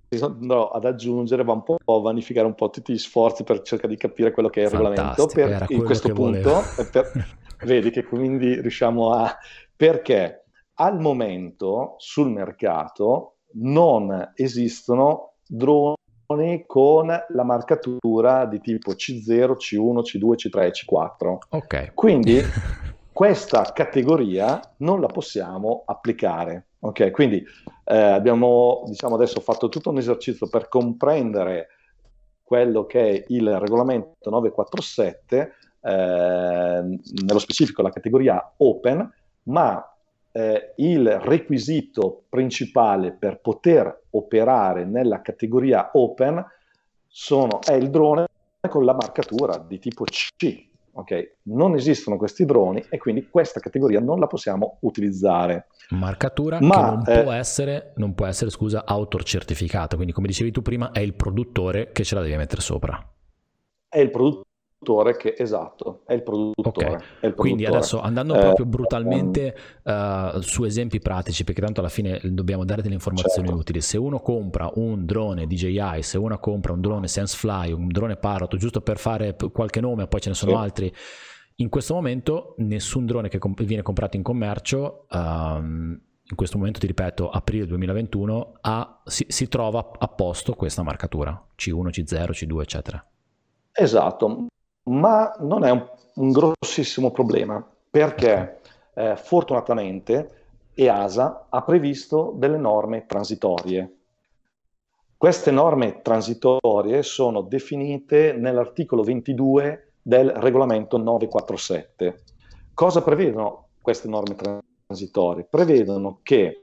andrò ad aggiungere va un po' a vanificare un po' tutti gli sforzi per cercare di capire quello che è il regolamento. Fantastico, Per, era in quello questo che punto, volevo. per, vedi che quindi riusciamo a... Perché al momento sul mercato non esistono droni con la marcatura di tipo C zero, C uno, C due, C tre e C quattro. Ok. Quindi questa categoria non la possiamo applicare. Ok, quindi eh, abbiamo, diciamo, adesso fatto tutto un esercizio per comprendere quello che è il regolamento nove quattro sette, eh, nello specifico la categoria Open, ma eh, il requisito principale per poter operare nella categoria Open sono, è il drone con la marcatura di tipo C. Okay? Non esistono questi droni e quindi questa categoria non la possiamo utilizzare. Marcatura che Ma non eh, può essere, non può essere, scusa, autor certificata, quindi come dicevi tu prima è il produttore che ce la deve mettere sopra. è il produttore che, esatto, è il produttore. Ok, È il quindi produttore. adesso andando Eh, proprio ehm, brutalmente uh, su esempi pratici, perché tanto alla fine dobbiamo dare delle informazioni certo. utili. Se uno compra un drone D J I, se uno compra un drone SenseFly, un drone Parrot, giusto per fare qualche nome, poi ce ne sono Sì. altri, in questo momento nessun drone che comp- viene comprato in commercio, um, in questo momento ti ripeto, aprile duemilaventuno, ha, si, si trova a posto questa marcatura, C uno, C zero, C due, eccetera. Esatto, ma non è un, un grossissimo problema perché eh, fortunatamente E A S A ha previsto delle norme transitorie. Queste norme transitorie sono definite nell'articolo ventidue del regolamento nove quattro sette. Cosa prevedono queste norme transitorie? Prevedono che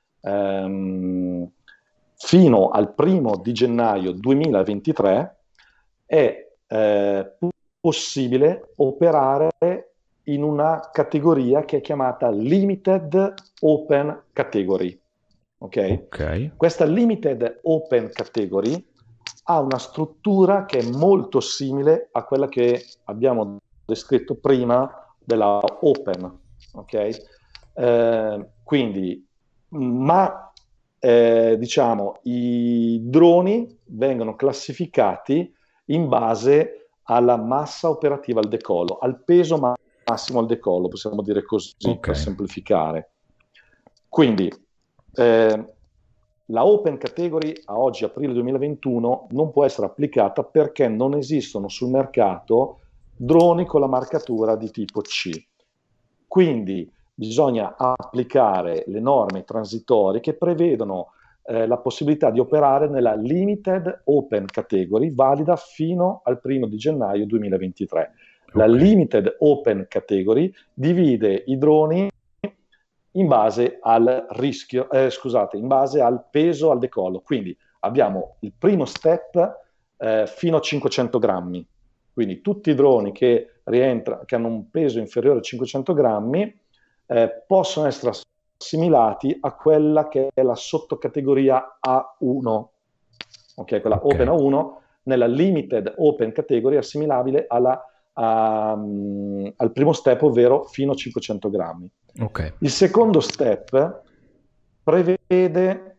ehm, fino al primo di gennaio duemilaventitré è eh, possibile operare in una categoria che è chiamata Limited Open Category. Okay? Ok. Questa Limited Open Category ha una struttura che è molto simile a quella che abbiamo descritto prima della Open. Okay? Eh, quindi, ma eh, diciamo, i droni vengono classificati in base alla massa operativa al decollo, al peso ma- massimo al decollo, possiamo dire così, Ok. per semplificare. Quindi, eh, la Open Category a oggi, aprile duemilaventuno, non può essere applicata perché non esistono sul mercato droni con la marcatura di tipo C. Quindi bisogna applicare le norme transitorie che prevedono eh, la possibilità di operare nella Limited Open Category valida fino al primo di gennaio duemilaventitré. La Ok. Limited Open Category divide i droni in base al rischio, eh, scusate, in base al peso al decollo. Quindi abbiamo il primo step eh, fino a cinquecento grammi. Quindi tutti i droni che, rientra, che hanno un peso inferiore a cinquecento grammi eh, possono essere assimilati a quella che è la sottocategoria A uno, ok, quella Ok. Open A uno, nella Limited Open Category assimilabile alla, a, um, al primo step, ovvero fino a cinquecento grammi. Ok. Il secondo step prevede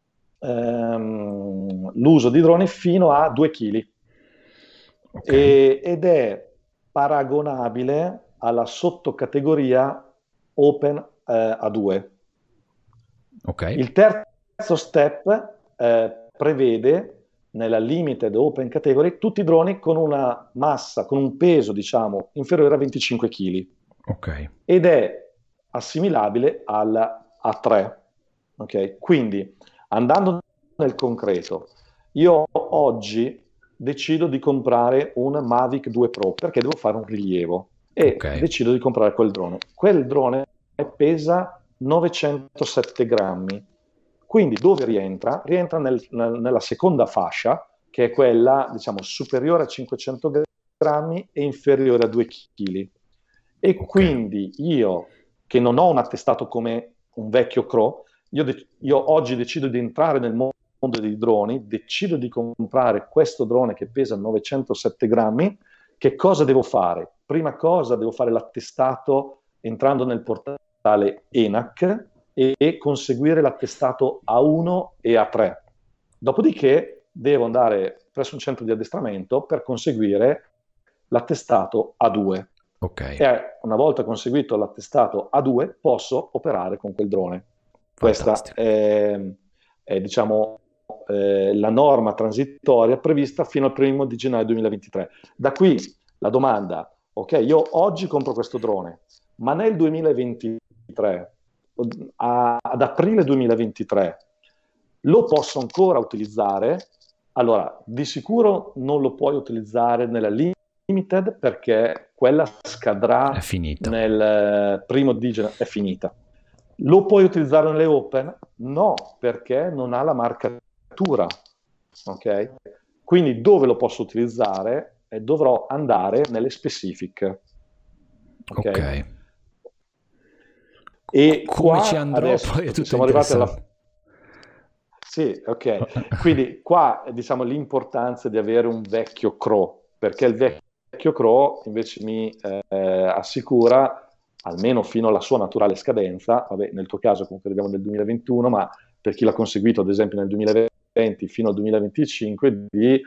ehm, l'uso di droni fino a due chili Ok. e, ed è paragonabile alla sottocategoria Open eh, A due. Ok. Il terzo step eh, prevede nella Limited Open Category tutti i droni con una massa, con un peso, diciamo, inferiore a venticinque chili Ok. ed è assimilabile alla A tre. Okay? Quindi, andando nel concreto, io oggi decido di comprare un Mavic due Pro perché devo fare un rilievo e Ok. decido di comprare quel drone. Quel drone pesa novecentosette grammi. Quindi dove rientra? Rientra nel, nel, nella seconda fascia, che è quella, diciamo, superiore a cinquecento grammi e inferiore a due chili. E Ok. quindi io, che non ho un attestato come un vecchio Crow, io, de- io oggi decido di entrare nel mondo dei droni, decido di comprare questo drone che pesa novecentosette grammi, che cosa devo fare? Prima cosa devo fare l'attestato entrando nel portale ENAC e conseguire l'attestato A uno e A tre. Dopodiché devo andare presso un centro di addestramento per conseguire l'attestato A due. Ok, E una volta conseguito l'attestato A due posso operare con quel drone. Questa fantastico. è, è, diciamo, eh, la norma transitoria prevista fino al primo di gennaio duemilaventitré. Da qui la domanda, ok, io oggi compro questo drone, ma nel duemilaventitré, a- ad aprile duemilaventitré, lo posso ancora utilizzare? Allora, di sicuro non lo puoi utilizzare nella limited perché quella È scadrà finito. nel eh, primo di gennaio, è finita. Lo puoi utilizzare nelle open? No, perché non ha la marcatura. Ok? Quindi dove lo posso utilizzare? Eh, dovrò andare nelle specific. Ok. Ok? E Come ci qua andrò adesso poi è tutto siamo arrivati alla... interessante. Sì, ok. Quindi qua diciamo l'importanza di avere un vecchio Crow, perché il vecchio Crow invece mi eh, assicura, almeno fino alla sua naturale scadenza, vabbè, nel tuo caso comunque vediamo nel duemilaventuno, ma per chi l'ha conseguito ad esempio nel duemilaventi fino al duemilaventicinque, di,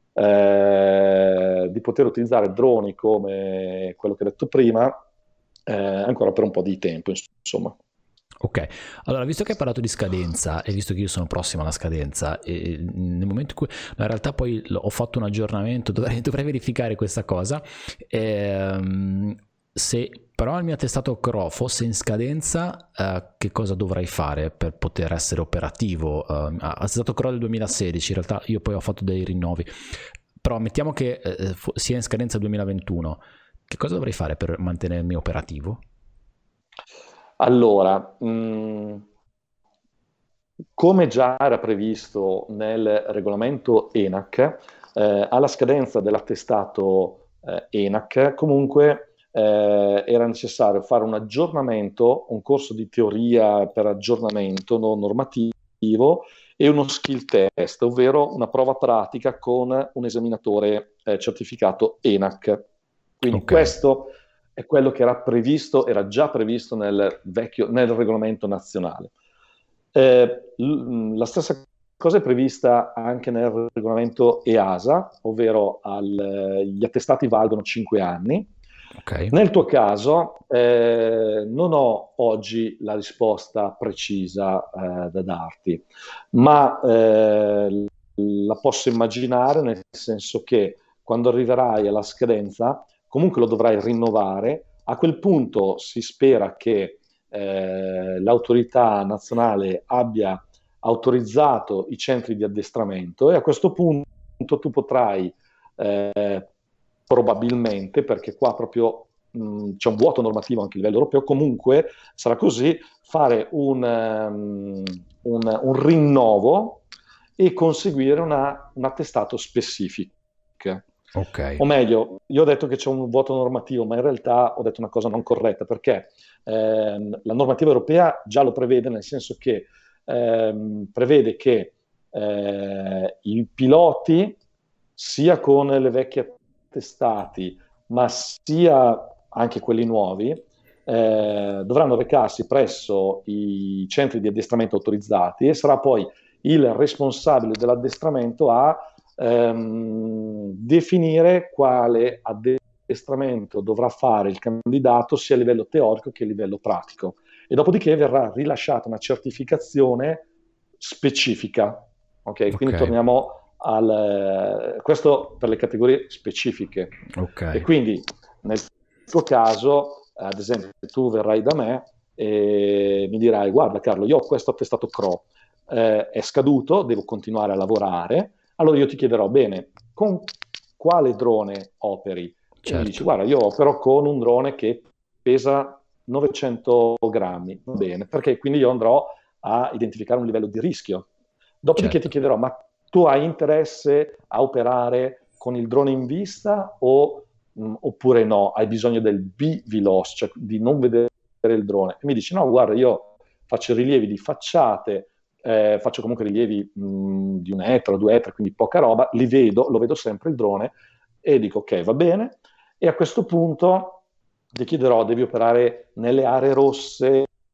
eh, di poter utilizzare droni come quello che ho detto prima, eh, ancora per un po' di tempo, insomma. Ok, allora visto che hai parlato di scadenza e visto che io sono prossimo alla scadenza, e nel momento in cui no, in realtà poi ho fatto un aggiornamento, dovrei, dovrei verificare questa cosa, ehm, se però il mio attestato C R O fosse in scadenza, eh, che cosa dovrei fare per poter essere operativo? Eh, attestato C R O del duemilasedici, in realtà io poi ho fatto dei rinnovi, però mettiamo che eh, sia in scadenza duemilaventuno, che cosa dovrei fare per mantenermi operativo? Allora, mh, come già era previsto nel regolamento ENAC, eh, alla scadenza dell'attestato eh, ENAC, comunque eh, era necessario fare un aggiornamento, un corso di teoria per aggiornamento no, normativo e uno skill test, ovvero una prova pratica con un esaminatore eh, certificato ENAC. Quindi Ok, questo è quello che era previsto, era già previsto nel, vecchio, nel regolamento nazionale. Eh, l- la stessa cosa è prevista anche nel regolamento E A S A, ovvero al, gli attestati valgono cinque anni. ok, Nel tuo caso eh, non ho oggi la risposta precisa eh, da darti, ma eh, la posso immaginare nel senso che quando arriverai alla scadenza comunque lo dovrai rinnovare. A quel punto si spera che eh, l'autorità nazionale abbia autorizzato i centri di addestramento e a questo punto tu potrai eh, probabilmente, perché qua proprio mh, c'è un vuoto normativo anche a livello europeo, comunque sarà così, fare un, um, un, un rinnovo e conseguire una, un attestato specifico. ok. O meglio, io ho detto che c'è un vuoto normativo, ma in realtà ho detto una cosa non corretta, perché ehm, la normativa europea già lo prevede, nel senso che ehm, prevede che eh, i piloti, sia con le vecchie attestati, ma sia anche quelli nuovi, eh, dovranno recarsi presso i centri di addestramento autorizzati e sarà poi il responsabile dell'addestramento a ehm, definire quale addestramento dovrà fare il candidato sia a livello teorico che a livello pratico. E dopodiché verrà rilasciata una certificazione specifica. Ok, Ok, quindi torniamo al, questo per le categorie specifiche. ok, E quindi nel tuo caso, ad esempio, tu verrai da me e mi dirai: guarda Carlo, io ho questo attestato C R O, eh, è scaduto, devo continuare a lavorare. Allora io ti chiederò: bene, con quale drone operi? E mi dici: certo, guarda, io opero con un drone che pesa novecento grammi, va bene, perché quindi io andrò a identificare un livello di rischio. Dopodiché ti certo. chiederò: ma tu hai interesse a operare con il drone in vista o, mh, oppure no? Hai bisogno del B-V-LOS, cioè di non vedere il drone? E mi dici: no, guarda, io faccio rilievi di facciate, eh, faccio comunque rilievi mh, di un ettaro, due ettari, quindi poca roba, li vedo, lo vedo sempre il drone e dico: ok, va bene. E a questo punto ti chiederò: devi operare nelle aree rosse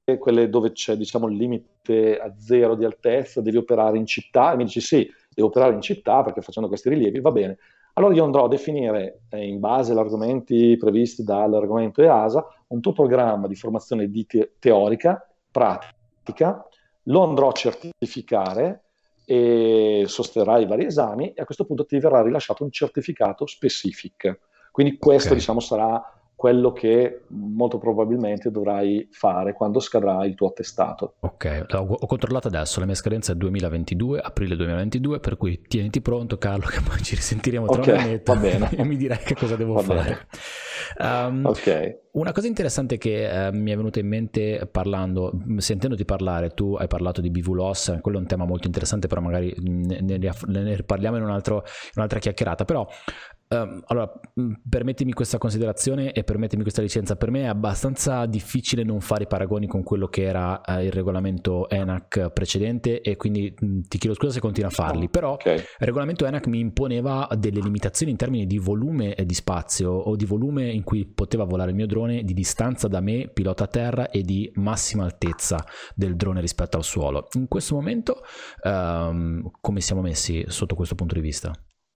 quelle dove c'è, diciamo, il limite a zero di altezza, devi operare in città? E mi dici sì, devo operare in città perché facendo questi rilievi va bene. Allora io andrò a definire, eh, in base agli argomenti previsti dall'argomento E A S A, un tuo programma di formazione di te- teorica, pratica, lo andrò a certificare e sosterrai i vari esami e a questo punto ti verrà rilasciato un certificato specific. Quindi questo, Ok. diciamo, sarà quello che molto probabilmente dovrai fare quando scadrà il tuo attestato. Ok, ho, ho controllato adesso, la mia scadenza è duemilaventidue, aprile duemilaventidue, per cui tieniti pronto Carlo che poi ci risentiremo tra Ok, un annetto va bene. e mi dirai che cosa devo Va fare. bene. Um, Ok. una cosa interessante che eh, mi è venuta in mente parlando, sentendoti parlare, tu hai parlato di B V Loss, quello è un tema molto interessante, però magari ne, ne, ne riparliamo in, un altro, in un'altra chiacchierata, però Um, allora, permettimi questa considerazione e permettimi questa licenza. Per me è abbastanza difficile non fare i paragoni con quello che era uh, il regolamento E N A C precedente e quindi mh, ti chiedo scusa se continuo a farli, però Okay. il regolamento E N A C mi imponeva delle limitazioni in termini di volume e di spazio o di volume in cui poteva volare il mio drone, di distanza da me, pilota a terra, e di massima altezza del drone rispetto al suolo. In questo momento um, come siamo messi sotto questo punto di vista?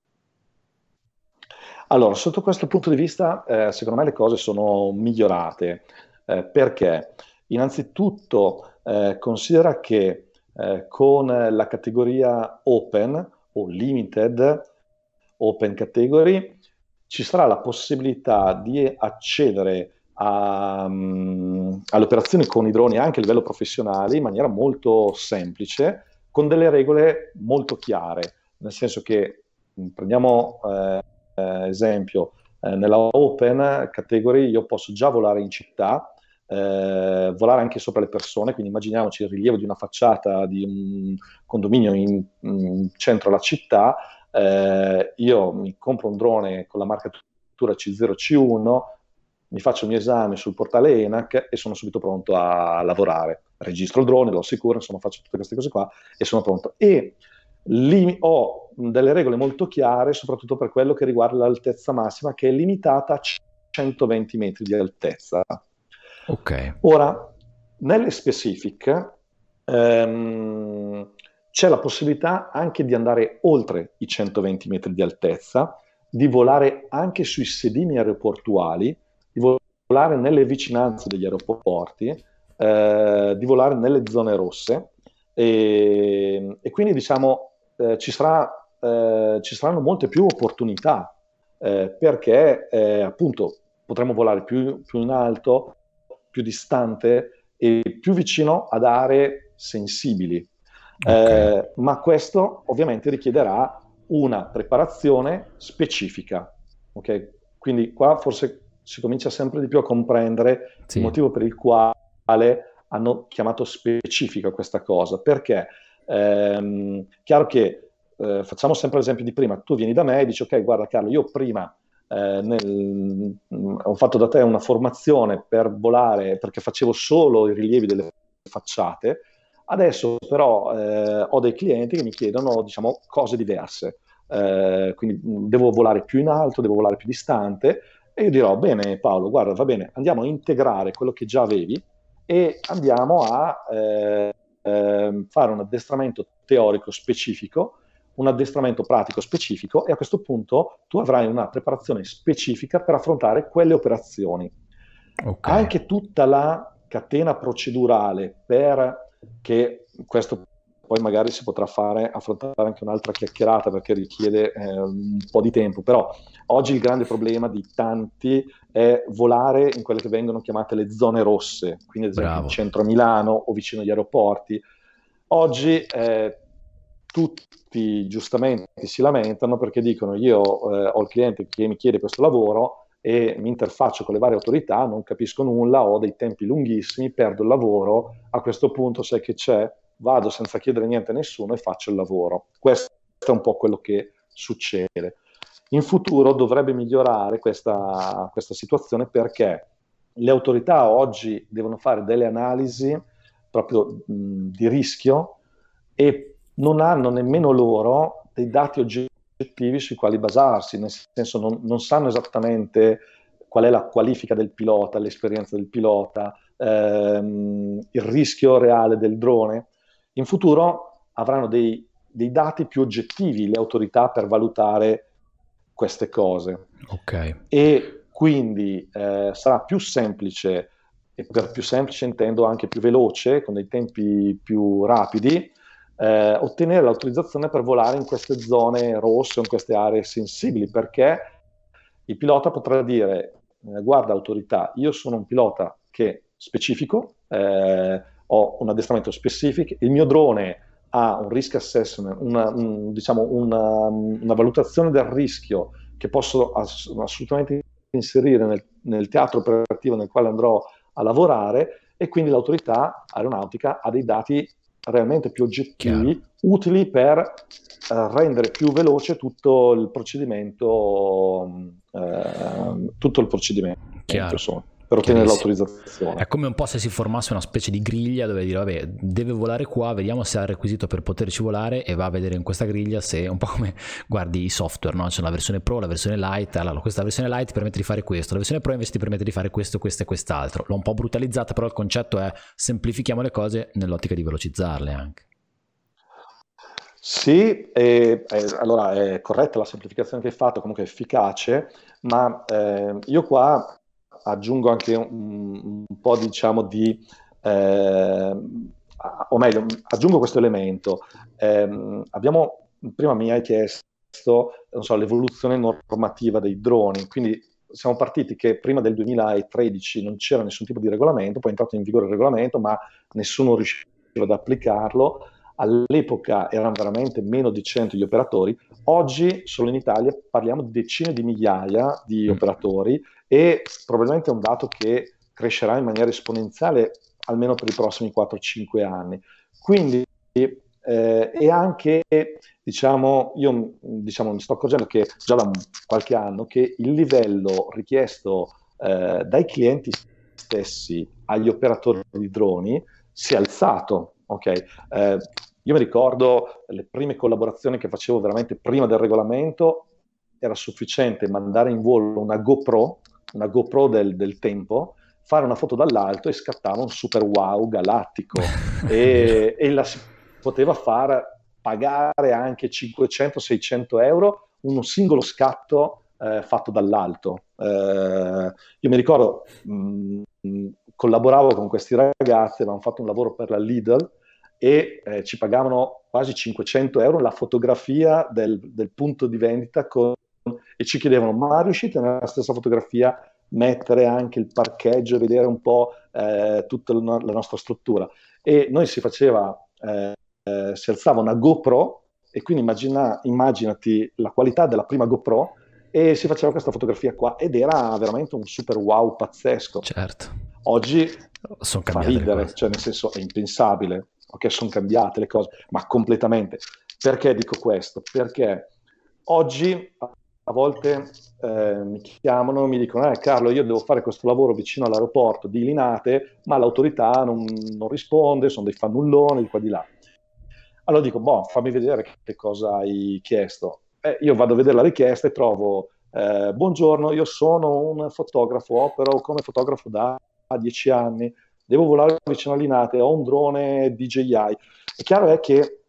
Allora, sotto questo punto di vista, eh, secondo me le cose sono migliorate, eh, perché innanzitutto eh, considera che eh, con la categoria Open o Limited Open Category ci sarà la possibilità di accedere a, um, alle operazioni con i droni anche a livello professionale in maniera molto semplice, con delle regole molto chiare, nel senso che mh, prendiamo eh, eh, esempio, eh, nella Open Category io posso già volare in città, eh, volare anche sopra le persone, quindi immaginiamoci il rilievo di una facciata di un condominio in, in centro alla città, eh, io mi compro un drone con la marcatura C zero C uno, mi faccio il mio esame sul portale E N A C e sono subito pronto a lavorare. Registro il drone, lo assicuro, insomma faccio tutte queste cose qua e sono pronto. E lì ho delle regole molto chiare, soprattutto per quello che riguarda l'altezza massima, che è limitata a centoventi metri di altezza. Ok. Ora, nelle specific ehm, c'è la possibilità anche di andare oltre i centoventi metri di altezza, di volare anche sui sedimi aeroportuali, di volare nelle vicinanze degli aeroporti, eh, di volare nelle zone rosse e, e quindi diciamo eh, ci, sarà, eh, ci saranno molte più opportunità eh, perché eh, appunto potremo volare più, più in alto, più distante e più vicino ad aree sensibili. Ok. Eh, ma questo ovviamente richiederà una preparazione specifica. Okay? Quindi qua forse si comincia sempre di più a comprendere il Sì. motivo per il quale hanno chiamato specifica questa cosa, perché ehm, chiaro che eh, facciamo sempre l'esempio di prima, tu vieni da me e dici ok guarda Carlo, io prima eh, nel, mh, ho fatto da te una formazione per volare perché facevo solo i rilievi delle facciate, adesso però eh, ho dei clienti che mi chiedono diciamo cose diverse, eh, quindi mh, devo volare più in alto, devo volare più distante e io dirò bene Paolo, guarda va bene, andiamo a integrare quello che già avevi e andiamo a eh, eh, fare un addestramento teorico specifico, un addestramento pratico specifico e a questo punto tu avrai una preparazione specifica per affrontare quelle operazioni. Ok. Anche tutta la catena procedurale per che questo poi magari si potrà fare, affrontare anche un'altra chiacchierata perché richiede eh, un po' di tempo, però oggi il grande problema di tanti è volare in quelle che vengono chiamate le zone rosse, quindi ad esempio in Bravo. centro a Milano o vicino agli aeroporti. Oggi eh, tutti giustamente si lamentano perché dicono io eh, ho il cliente che mi chiede questo lavoro e mi interfaccio con le varie autorità, non capisco nulla, ho dei tempi lunghissimi, perdo il lavoro, a questo punto sai che c'è, vado senza chiedere niente a nessuno e faccio il lavoro. Questo è un po' quello che succede. In futuro dovrebbe migliorare questa, questa situazione perché le autorità oggi devono fare delle analisi proprio mh, di rischio e non hanno nemmeno loro dei dati oggettivi sui quali basarsi, nel senso non, non sanno esattamente qual è la qualifica del pilota, l'esperienza del pilota, ehm, il rischio reale del drone. In futuro avranno dei, dei dati più oggettivi le autorità per valutare queste cose. Ok. E quindi eh, sarà più semplice, e per più semplice intendo anche più veloce, con dei tempi più rapidi, eh, ottenere l'autorizzazione per volare in queste zone rosse o in queste aree sensibili, perché il pilota potrà dire, eh, guarda autorità, io sono un pilota che specifico, eh, ho un addestramento specifico, il mio drone ha un risk assessment, una, un, diciamo una, una valutazione del rischio che posso ass- assolutamente inserire nel, nel teatro operativo nel quale andrò a lavorare, e quindi l'autorità aeronautica ha dei dati realmente più oggettivi, Chiaro. utili per eh, rendere più veloce tutto il procedimento, eh, tutto il procedimento, Chiaro. insomma, per ottenere l'autorizzazione. È come un po' se si formasse una specie di griglia dove dire vabbè, deve volare qua, vediamo se ha il requisito per poterci volare, e va a vedere in questa griglia se, un po' come guardi i software, no? C'è la versione Pro, la versione Lite, allora questa versione Lite ti permette di fare questo, la versione Pro invece ti permette di fare questo, questo e quest'altro. L'ho un po' brutalizzata, però il concetto è semplifichiamo le cose nell'ottica di velocizzarle anche. Sì, e, e, allora è corretta la semplificazione che hai fatto, comunque è efficace, ma eh, io qua aggiungo anche un, un po', diciamo, di, eh, o meglio, aggiungo questo elemento. Eh, abbiamo, prima mi hai chiesto, non so, l'evoluzione normativa dei droni, quindi siamo partiti che prima del duemilatredici non c'era nessun tipo di regolamento, poi è entrato in vigore il regolamento, ma nessuno riusciva ad applicarlo. All'epoca erano veramente meno di cento gli operatori, oggi solo in Italia parliamo di decine di migliaia di operatori, e probabilmente è un dato che crescerà in maniera esponenziale almeno per i prossimi quattro cinque anni. Quindi, eh, e anche, diciamo, io diciamo, mi sto accorgendo che già da qualche anno che il livello richiesto eh, dai clienti stessi agli operatori di droni si è alzato. Okay? Eh, io mi ricordo le prime collaborazioni che facevo veramente prima del regolamento, era sufficiente mandare in volo una GoPro, una GoPro del, del tempo, fare una foto dall'alto e scattava un super wow galattico e, e la si poteva far pagare anche cinquecento seicento euro un singolo scatto eh, fatto dall'alto. Eh, io mi ricordo, mh, collaboravo con questi ragazzi, avevamo fatto un lavoro per la Lidl e eh, ci pagavano quasi cinquecento euro la fotografia del, del punto di vendita con, e ci chiedevano, ma riuscite nella stessa fotografia mettere anche il parcheggio e vedere un po' eh, tutta la nostra struttura? E noi si faceva, eh, eh, si alzava una GoPro, e quindi immagina, immaginati la qualità della prima GoPro, e si faceva questa fotografia qua, ed era veramente un super wow pazzesco. Certo. Oggi sono fa cambiate ridere, le cose. cioè nel senso è impensabile, ok, sono cambiate le cose, ma completamente. Perché dico questo? Perché oggi a volte eh, mi chiamano, mi dicono, eh Carlo, io devo fare questo lavoro vicino all'aeroporto di Linate, ma l'autorità non, non risponde, sono dei fannulloni di qua di là. Allora dico, boh, fammi vedere che cosa hai chiesto. Eh, io vado a vedere la richiesta e trovo, eh, buongiorno, io sono un fotografo, opero come fotografo da dieci anni, devo volare vicino a Linate, ho un drone D J I. È chiaro è che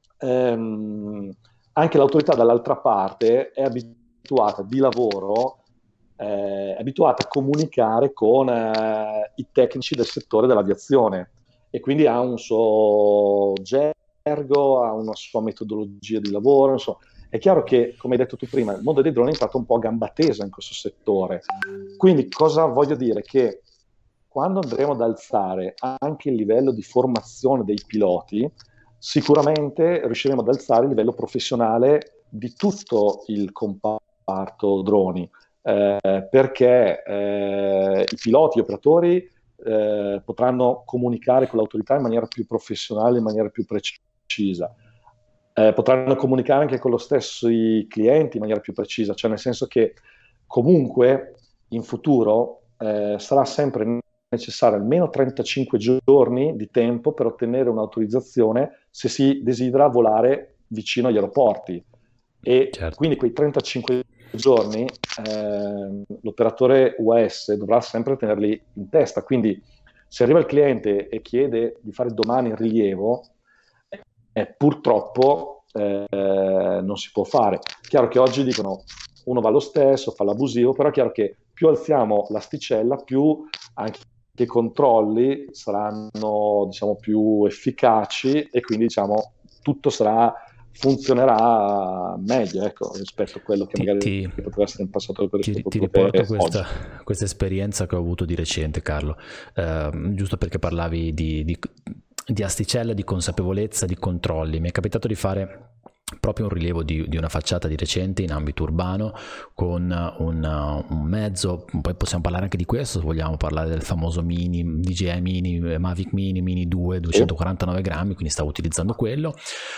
ehm, anche l'autorità dall'altra parte è abituata di lavoro, eh, è abituata a comunicare con eh, i tecnici del settore dell'aviazione, e quindi ha un suo gergo, ha una sua metodologia di lavoro, insomma. È chiaro che, come hai detto tu prima, il mondo dei droni è entrato un po' a gamba tesa in questo settore. Quindi cosa voglio dire? Che quando andremo ad alzare anche il livello di formazione dei piloti, sicuramente riusciremo ad alzare il livello professionale di tutto il comparto droni, eh, perché eh, i piloti, gli operatori eh, potranno comunicare con l'autorità in maniera più professionale, in maniera più precisa. Eh, potranno comunicare anche con lo stesso i clienti in maniera più precisa, cioè nel senso che comunque in futuro eh, sarà sempre necessario almeno trentacinque giorni di tempo per ottenere un'autorizzazione se si desidera volare vicino agli aeroporti, e Certo. quindi quei trentacinque giorni eh, l'operatore U A S dovrà sempre tenerli in testa, quindi Se arriva il cliente e chiede di fare domani il rilievo, eh, purtroppo eh, non si può fare. Chiaro che oggi dicono uno va lo stesso, fa l'abusivo, però è chiaro che più alziamo l'asticella, più anche i controlli saranno, diciamo, più efficaci, e quindi, diciamo, tutto sarà, funzionerà meglio, ecco, rispetto a quello che Ti, magari ti, poteva essere in passato per ti, ti potrebbe riporto oggi. questa, questa esperienza che ho avuto di recente, Carlo, Ehm, giusto perché parlavi di, di, di asticella, di consapevolezza, di controlli. Mi è capitato di fare proprio un rilievo di, di una facciata di recente in ambito urbano con un, un mezzo, poi possiamo parlare anche di questo se vogliamo parlare del famoso Mini, D J I Mini, Mavic Mini, Mini due, duecentoquarantanove grammi, quindi stavo utilizzando quello.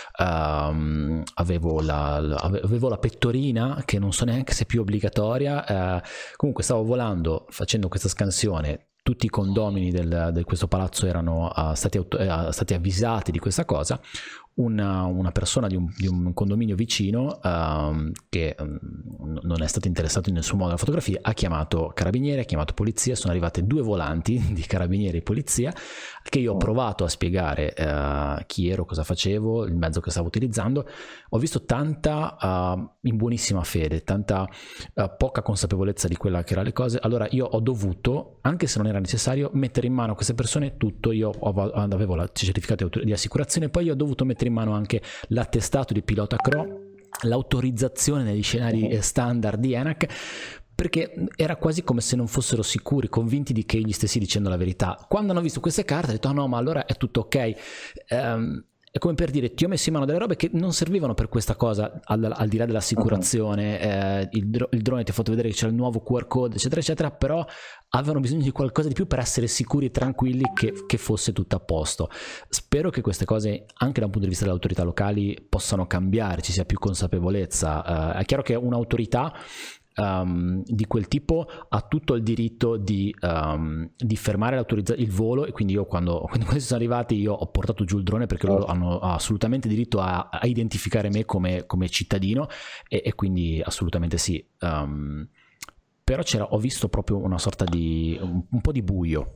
Um, avevo, la, la, avevo la pettorina che non so neanche se è più obbligatoria, uh, comunque stavo volando facendo questa scansione. Tutti i condomini del, di questo palazzo erano uh, stati, uh, stati avvisati di questa cosa. Una, una persona di un, di un condominio vicino um, che um, non è stato interessato in nessun modo alla fotografia ha chiamato carabinieri, ha chiamato polizia. Sono arrivate due volanti di carabinieri e polizia che io ho provato a spiegare uh, chi ero, cosa facevo, il mezzo che stavo utilizzando. Ho visto tanta uh, in buonissima fede, tanta uh, poca consapevolezza di quella che erano le cose. Allora io ho dovuto, anche se non era necessario, mettere in mano a queste persone tutto. Io avevo il certificato di assicurazione, poi io ho dovuto mettere in mano anche l'attestato di pilota C R O, l'autorizzazione negli scenari standard di ENAC, perché era quasi come se non fossero sicuri, convinti di che gli stessi dicendo la verità. Quando hanno visto queste carte hanno detto ah no, ma allora è tutto ok. Um, è come per dire, ti ho messo in mano delle robe che non servivano per questa cosa, al, al di là dell'assicurazione, eh, il, dro- il drone ti ha fatto vedere che c'è il nuovo Q R code, eccetera eccetera, però avevano bisogno di qualcosa di più per essere sicuri e tranquilli che, che fosse tutto a posto. Spero che queste cose, anche da un punto di vista delle autorità locali, possano cambiare, ci sia più consapevolezza. Uh, è chiaro che un'autorità Um, di quel tipo ha tutto il diritto di, um, di fermare il volo, e quindi io quando, quando questi sono arrivati io ho portato giù il drone, perché loro hanno assolutamente diritto a, a identificare me come, come cittadino, e, e quindi assolutamente sì. Um, però c'era, ho visto proprio una sorta di un, un po' di buio.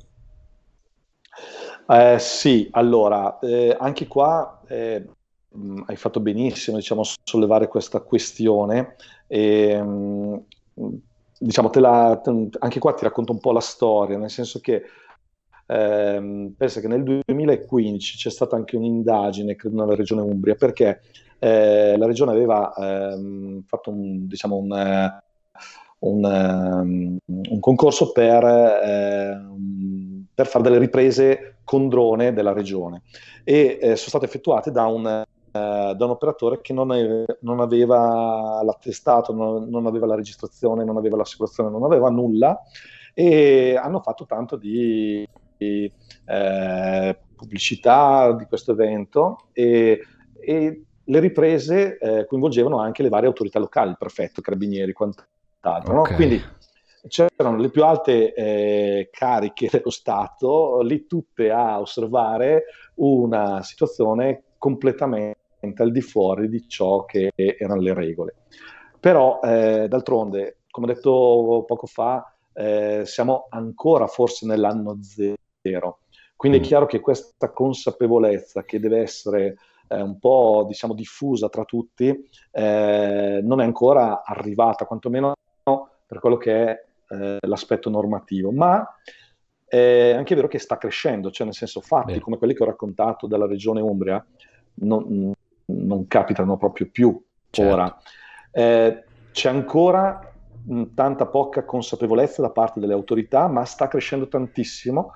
Eh, sì, allora eh, anche qua eh, mh, hai fatto benissimo, diciamo, sollevare questa questione. E, mh, diciamo, te la, te, anche qua ti racconto un po' la storia, nel senso che ehm, pensa che nel duemilaquindici c'è stata anche un'indagine, credo, nella regione Umbria, perché eh, la regione aveva ehm, fatto un, diciamo, un, eh, un, um, un concorso per, eh, per fare delle riprese con drone della regione, e eh, sono state effettuate da un da un operatore che non, è, non aveva l'attestato, non, non aveva la registrazione, non aveva l'assicurazione, non aveva nulla, e hanno fatto tanto di, di eh, pubblicità di questo evento, e, e le riprese eh, coinvolgevano anche le varie autorità locali, il prefetto, i carabinieri, quant'altro. Okay. No? Quindi c'erano le più alte eh, cariche dello Stato lì tutte a osservare una situazione completamente al di fuori di ciò che erano le regole. Però eh, d'altronde, come ho detto poco fa, eh, siamo ancora forse nell'anno zero, quindi è chiaro che questa consapevolezza che deve essere eh, un po', diciamo, diffusa tra tutti eh, non è ancora arrivata, quantomeno per quello che è eh, l'aspetto normativo, ma è anche vero che sta crescendo, cioè nel senso, fatti Beh. come quelli che ho raccontato dalla regione Umbria non, non capitano proprio più. Certo. Ora eh, c'è ancora mh, tanta poca consapevolezza da parte delle autorità, ma sta crescendo tantissimo,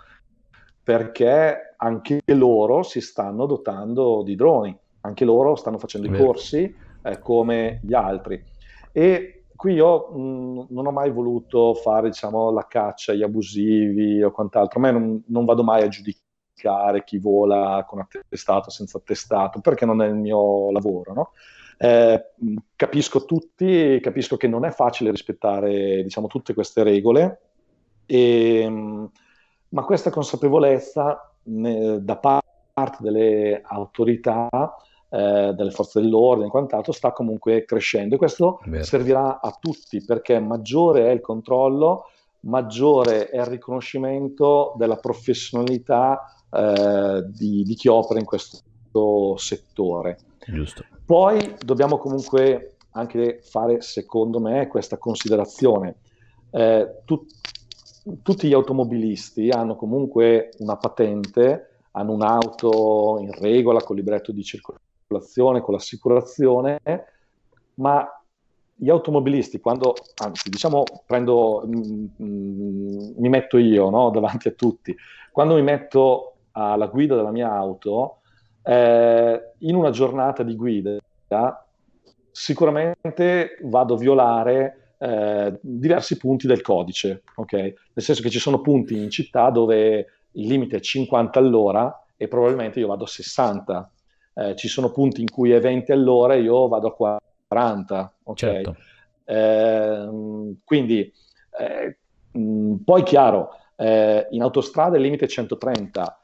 perché anche loro si stanno dotando di droni, anche loro stanno facendo Beh. i corsi eh, come gli altri. E qui io mh, non ho mai voluto fare, diciamo, la caccia agli abusivi o quant'altro. A me non, non vado mai a giudicare chi vola con attestato, senza attestato, perché non è il mio lavoro, no? Eh, capisco tutti, capisco che non è facile rispettare, diciamo, tutte queste regole, e, ma questa consapevolezza ne, da parte delle autorità, eh, delle forze dell'ordine e quant'altro, sta comunque crescendo, e questo Vero. servirà a tutti, perché maggiore è il controllo, maggiore è il riconoscimento della professionalità eh, di, di chi opera in questo settore. Giusto. Poi dobbiamo comunque anche fare, secondo me, questa considerazione. Eh, tu, tutti gli automobilisti hanno comunque una patente, hanno un'auto in regola col libretto di circolazione, con l'assicurazione, ma gli automobilisti, quando, anzi, diciamo, prendo, mh, mh, mi metto io, no, davanti a tutti, quando mi metto alla guida della mia auto, eh, in una giornata di guida, sicuramente vado a violare eh, diversi punti del codice, ok? Nel senso che ci sono punti in città dove il limite è cinquanta all'ora e probabilmente io vado a sessanta. Eh, ci sono punti in cui è venti all'ora e io vado a quaranta, ok? Certo. Eh, quindi, eh, mh, poi chiaro, eh, in autostrada il limite è centotrenta.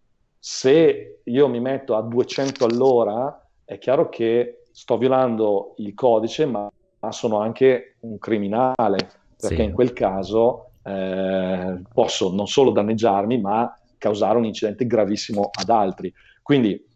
Se io mi metto a duecento all'ora, è chiaro che sto violando il codice, ma, ma sono anche un criminale, perché Sì. in quel caso eh, posso non solo danneggiarmi, ma causare un incidente gravissimo ad altri. Quindi,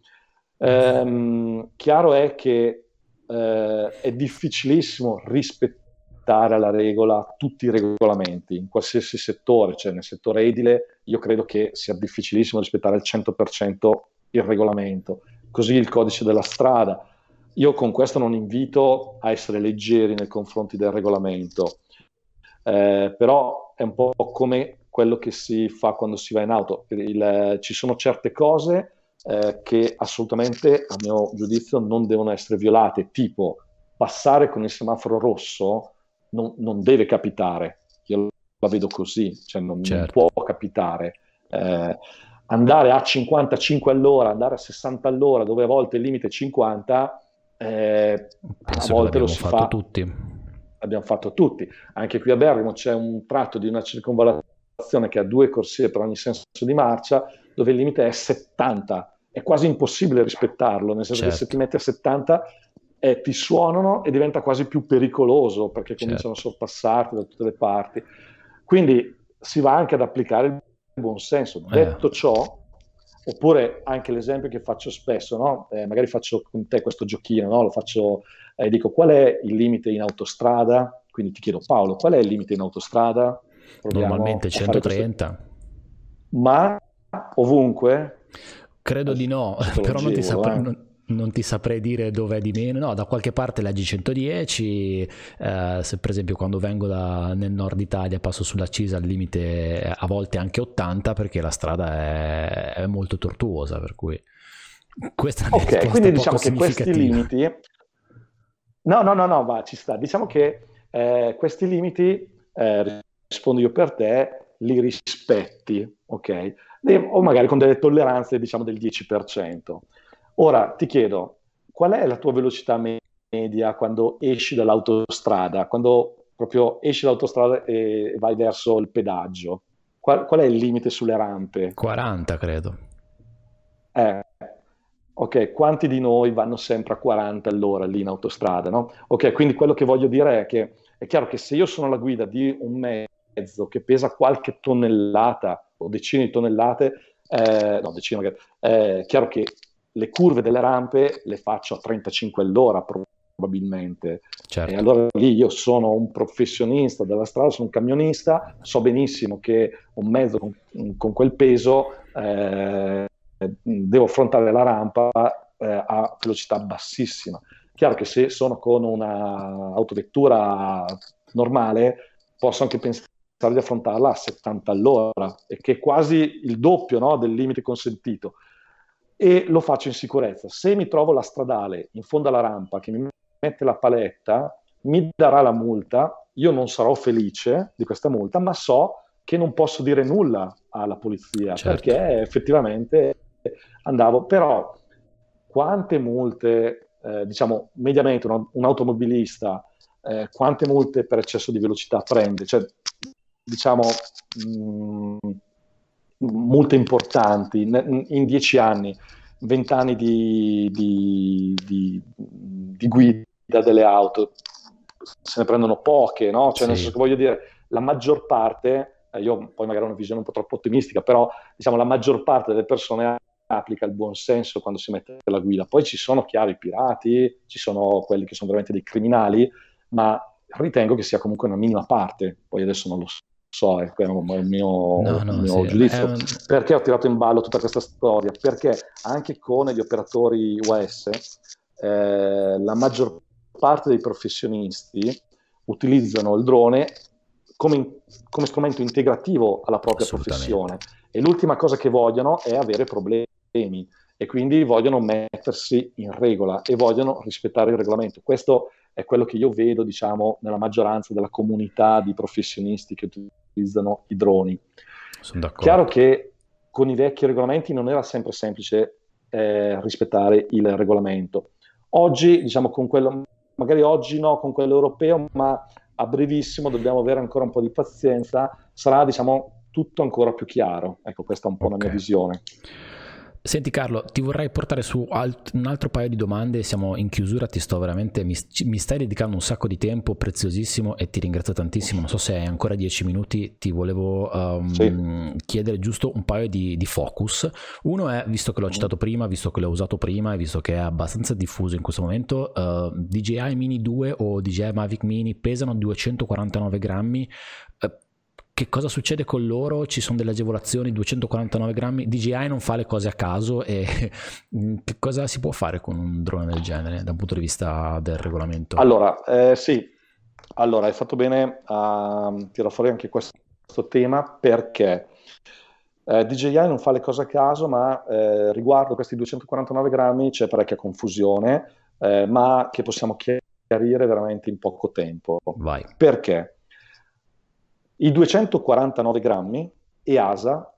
ehm, chiaro è che eh, è difficilissimo rispettare la regola tutti i regolamenti in qualsiasi settore, cioè nel settore edile io credo che sia difficilissimo rispettare al cento per cento il regolamento, così il codice della strada. Io con questo non invito a essere leggeri nei confronti del regolamento, eh, però è un po' come quello che si fa quando si va in auto. Il, ci sono certe cose eh, che assolutamente, a mio giudizio, non devono essere violate, tipo passare con il semaforo rosso non, non deve capitare. Io la vedo così, cioè non, non Certo. può capitare. Eh, andare a cinquantacinque all'ora, andare a sessanta all'ora, dove a volte il limite è cinquanta, eh, a Penso che volte lo l'abbiamo si fatto fa, tutti. abbiamo fatto tutti. Anche qui a Bergamo c'è un tratto di una circonvallazione che ha due corsie per ogni senso di marcia, dove il limite è settanta. È quasi impossibile rispettarlo, nel senso che se ti Certo, metti a settanta eh, ti suonano e diventa quasi più pericoloso perché cominciano a certo. sorpassarti da tutte le parti. Quindi si va anche ad applicare il buon senso. Eh, Detto ciò, oppure anche l'esempio che faccio spesso, no? Eh, magari faccio con te questo giochino, no? Lo faccio e eh, dico qual è il limite in autostrada? Quindi ti chiedo Paolo, qual è il limite in autostrada? Normalmente Proviamo a fare questo. centotrenta. Ma ovunque? Credo di Adesso no, te lo però non ti agevolo, saprei, eh. non, non ti saprei dire dov'è di meno. No, da qualche parte la G centodieci, eh, se per esempio quando vengo da, nel nord Italia passo sulla Cisa al limite a volte anche ottanta perché la strada è, è molto tortuosa, per cui questa è una Ok, risposta quindi poco diciamo che questi significativa. limiti, no, no, no, no, va, ci sta. Diciamo che eh, questi limiti, eh, rispondo io per te, li rispetti, ok? E- o magari con delle tolleranze, diciamo, del dieci per cento. Ora ti chiedo, qual è la tua velocità me- media quando esci dall'autostrada, quando proprio esci dall'autostrada e vai verso il pedaggio? Qual, qual è il limite sulle rampe? quaranta credo. Eh, ok, quanti di noi vanno sempre a quaranta all'ora lì in autostrada, no? Ok, quindi quello che voglio dire è che è chiaro che se io sono alla guida di un mezzo che pesa qualche tonnellata o decine di tonnellate, eh, no, decine magari, è chiaro che le curve delle rampe le faccio a trentacinque all'ora probabilmente. E Certo. allora lì io sono un professionista della strada, sono un camionista, so benissimo che un mezzo con, con quel peso eh, devo affrontare la rampa eh, a velocità bassissima. Chiaro che se sono con una autovettura normale posso anche pensare di affrontarla a settanta all'ora, e che è quasi il doppio, no, del limite consentito. E lo faccio in sicurezza. Se mi trovo la stradale in fondo alla rampa che mi mette la paletta, mi darà la multa, io non sarò felice di questa multa, ma so che non posso dire nulla alla polizia Certo. perché effettivamente andavo, però quante multe, eh, diciamo, mediamente un, un automobilista, eh, quante multe per eccesso di velocità prende? Cioè, diciamo, mh, multe importanti, in, in dieci anni, vent'anni di, di, di, di guida delle auto, se ne prendono poche, no? Cioè, nel Sì. senso che voglio dire, la maggior parte, eh, io poi magari ho una visione un po' troppo ottimistica, però diciamo la maggior parte delle persone applica il buon senso quando si mette alla guida. Poi ci sono chiari pirati, ci sono quelli che sono veramente dei criminali, ma ritengo che sia comunque una minima parte. Poi adesso non lo so, è il mio, No, il no, mio sì. giudizio. È... Perché ho tirato in ballo tutta questa storia? Perché anche con gli operatori U A S eh, la maggior parte dei professionisti utilizzano il drone come, come strumento integrativo alla propria professione, e l'ultima cosa che vogliono è avere problemi, e quindi vogliono mettersi in regola e vogliono rispettare il regolamento. Questo è quello che io vedo, diciamo, nella maggioranza della comunità di professionisti che utilizzano i droni. Sono d'accordo. Chiaro che con i vecchi regolamenti non era sempre semplice eh, rispettare il regolamento. Oggi, diciamo, con quello, magari oggi no, con quello europeo, ma a brevissimo dobbiamo avere ancora un po' di pazienza, sarà, diciamo, tutto ancora più chiaro. Ecco, questa è un po' okay. La mia visione. Senti Carlo, ti vorrei portare su alt- un altro paio di domande, siamo in chiusura, ti sto veramente, mi, mi stai dedicando un sacco di tempo preziosissimo e ti ringrazio tantissimo, non so se hai ancora dieci minuti, ti volevo um, sì. chiedere giusto un paio di, di focus. Uno è, visto che l'ho citato prima, visto che l'ho usato prima e visto che è abbastanza diffuso in questo momento, uh, D J I Mini due o D J I Mavic Mini pesano duecentoquarantanove grammi. uh, Che cosa succede con loro? Ci sono delle agevolazioni, duecentoquarantanove grammi, D J I non fa le cose a caso, e che cosa si può fare con un drone del genere da un punto di vista del regolamento? Allora, eh, sì, allora hai fatto bene a tirare fuori anche questo, questo tema, perché eh, D J I non fa le cose a caso, ma eh, riguardo questi duecentoquarantanove grammi c'è parecchia confusione, eh, ma che possiamo chiarire veramente in poco tempo. Vai. Perché? I duecentoquarantanove grammi E A S A,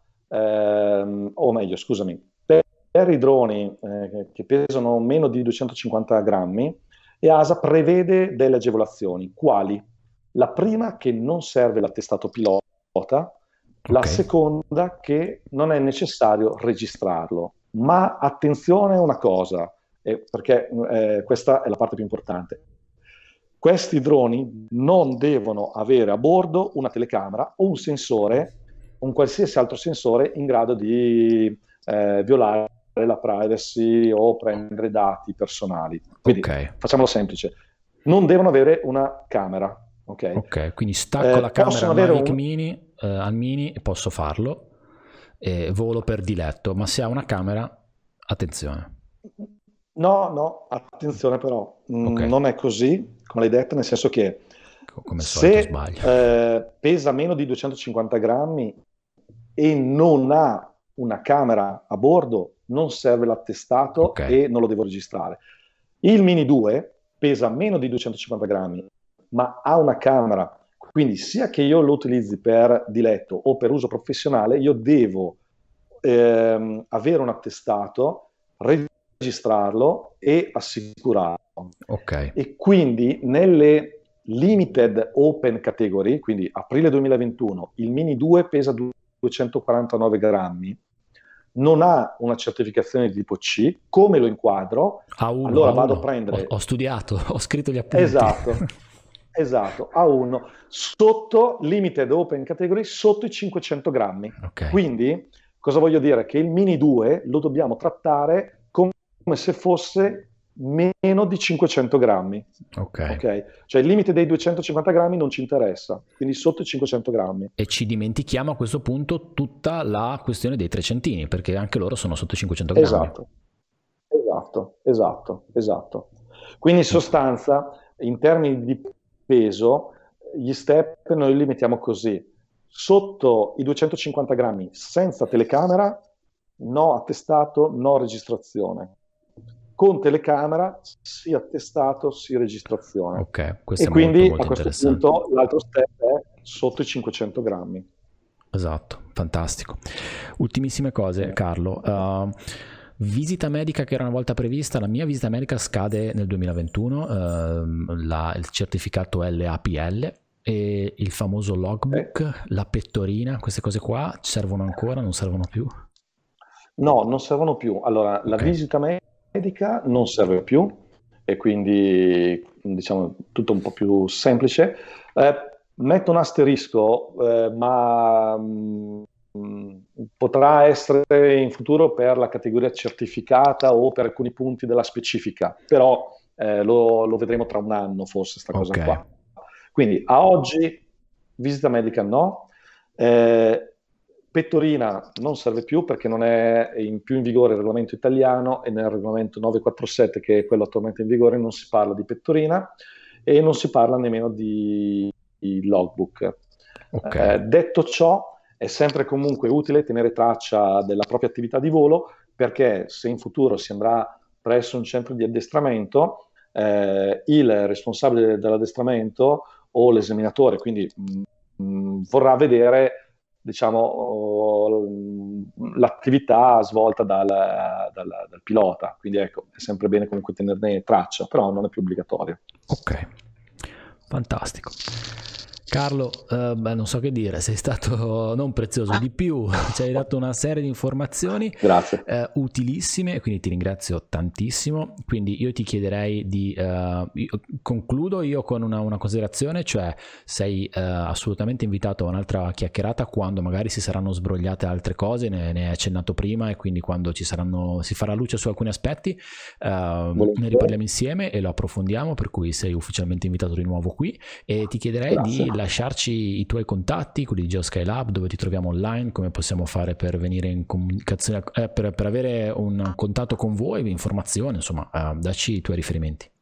ehm, o meglio, scusami, per, per i droni eh, che pesano meno di duecentocinquanta grammi, E A S A prevede delle agevolazioni. Quali? La prima, che non serve l'attestato pilota, okay. La seconda, che non è necessario registrarlo. Ma attenzione a una cosa, eh, perché eh, questa è la parte più importante. Questi droni non devono avere a bordo una telecamera o un sensore, un qualsiasi altro sensore in grado di eh, violare la privacy o prendere dati personali. Quindi, okay. Facciamolo semplice, non devono avere una camera. Ok, okay, quindi stacco eh, la camera al Mavic un... Mini, eh, al Mini, posso farlo, e volo per diletto, ma se ha una camera, attenzione. No, no, attenzione però, okay. Non è così, come l'hai detto, nel senso che come se eh, pesa meno di duecentocinquanta grammi e non ha una camera a bordo, non serve l'attestato, okay. E non lo devo registrare. Il Mini due pesa meno di duecentocinquanta grammi, ma ha una camera, quindi sia che io lo utilizzi per diletto o per uso professionale, io devo ehm, avere un attestato, registrarlo e assicurarlo. Okay. E quindi nelle limited open category, quindi aprile duemilaventuno, il Mini due pesa duecentoquarantanove grammi, non ha una certificazione di tipo C. Come lo inquadro? A uno, allora a vado uno. a prendere... Ho, ho studiato, ho scritto gli appunti. Esatto, esatto, A uno, sotto limited open category, sotto i cinquecento grammi. Okay. Quindi, cosa voglio dire? Che il Mini due lo dobbiamo trattare come se fosse meno di cinquecento grammi. Okay. Okay? Cioè il limite dei duecentocinquanta grammi non ci interessa, quindi sotto i cinquecento grammi. E ci dimentichiamo a questo punto tutta la questione dei trecentini, perché anche loro sono sotto i cinquecento grammi. Esatto, esatto, esatto, esatto. Quindi in sostanza, in termini di peso, gli step noi li mettiamo così: sotto i duecentocinquanta grammi senza telecamera, no attestato, no registrazione. Con telecamera, sì attestato, sì registrazione. Ok, questo e è quindi molto, molto a questo punto l'altro step è sotto i cinquecento grammi. Esatto, fantastico. Ultimissime cose, sì. Carlo. Uh, visita medica che era una volta prevista, la mia visita medica scade nel duemilaventuno, uh, la, il certificato L A P L e il famoso logbook, eh. la pettorina, queste cose qua servono ancora, non servono più? No, non servono più. Allora, okay. La visita medica non serve più e quindi diciamo tutto un po' più semplice. Eh, metto un asterisco, eh, ma mh, potrà essere in futuro per la categoria certificata o per alcuni punti della specifica, però eh, lo, lo vedremo tra un anno forse sta cosa Ok. qua. Quindi a oggi visita medica no, eh, pettorina non serve più perché non è in più in vigore il regolamento italiano e nel regolamento novecentoquarantasette, che è quello attualmente in vigore, non si parla di pettorina e non si parla nemmeno di, di logbook. Ok. Eh, detto ciò, è sempre comunque utile tenere traccia della propria attività di volo, perché se in futuro si andrà presso un centro di addestramento, eh, il responsabile dell'addestramento o l'esaminatore, quindi mh, mh, vorrà vedere, diciamo, oh, l'attività svolta dal, dal, dal pilota. Quindi ecco, è sempre bene comunque tenerne traccia, però non è più obbligatorio. Ok, fantastico. Carlo, eh, beh, non so che dire, sei stato non prezioso di più, ci hai dato una serie di informazioni Grazie. eh, utilissime, quindi ti ringrazio tantissimo. Quindi io ti chiederei di, eh, io, concludo io con una, una considerazione, cioè sei eh, assolutamente invitato a un'altra chiacchierata quando magari si saranno sbrogliate altre cose, ne, ne hai accennato prima, e quindi quando ci saranno, si farà luce su alcuni aspetti, eh, ne riparliamo insieme e lo approfondiamo, per cui sei ufficialmente invitato di nuovo qui, e ti chiederei Grazie. di lasciarci i tuoi contatti, quelli di GeoSkyLab, dove ti troviamo online, come possiamo fare per venire in comunicazione, eh, per, per avere un contatto con voi, informazioni, insomma, eh, dacci i tuoi riferimenti.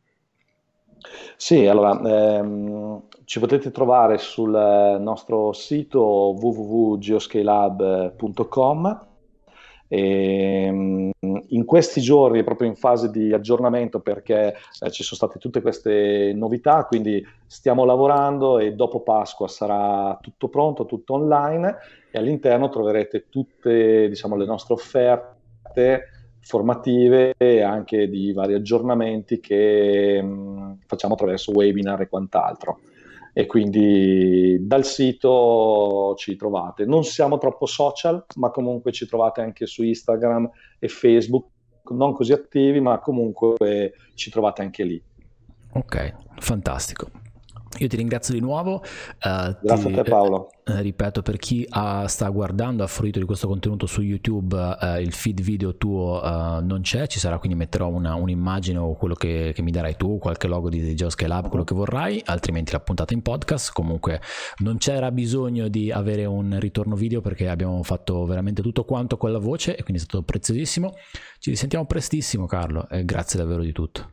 Sì, allora, ehm, ci potete trovare sul nostro sito w w w punto geoscalelab punto com. E, mh, in questi giorni, proprio in fase di aggiornamento, perché eh, ci sono state tutte queste novità, quindi stiamo lavorando e dopo Pasqua sarà tutto pronto, tutto online, e all'interno troverete tutte, diciamo, le nostre offerte formative e anche di vari aggiornamenti che mh, facciamo attraverso webinar e quant'altro. E quindi dal sito ci trovate. Non siamo troppo social, ma comunque ci trovate anche su Instagram e Facebook, non così attivi, ma comunque ci trovate anche lì. Ok, fantastico. Io ti ringrazio di nuovo. Uh, Grazie ti, a te, Paolo. eh, ripeto, per chi ha, sta guardando, ha fruito di questo contenuto su YouTube, uh, il feed video tuo uh, non c'è, ci sarà, quindi metterò una, un'immagine o quello che, che mi darai tu, qualche logo di GeoSkyLab, uh-huh. quello che vorrai, altrimenti la puntata in podcast. Comunque non c'era bisogno di avere un ritorno video perché abbiamo fatto veramente tutto quanto con la voce e quindi è stato preziosissimo. Ci risentiamo prestissimo, Carlo, e grazie davvero di tutto.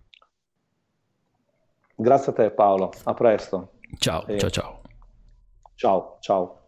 Grazie a te, Paolo, a presto. Ciao, e... ciao, ciao. Ciao, ciao.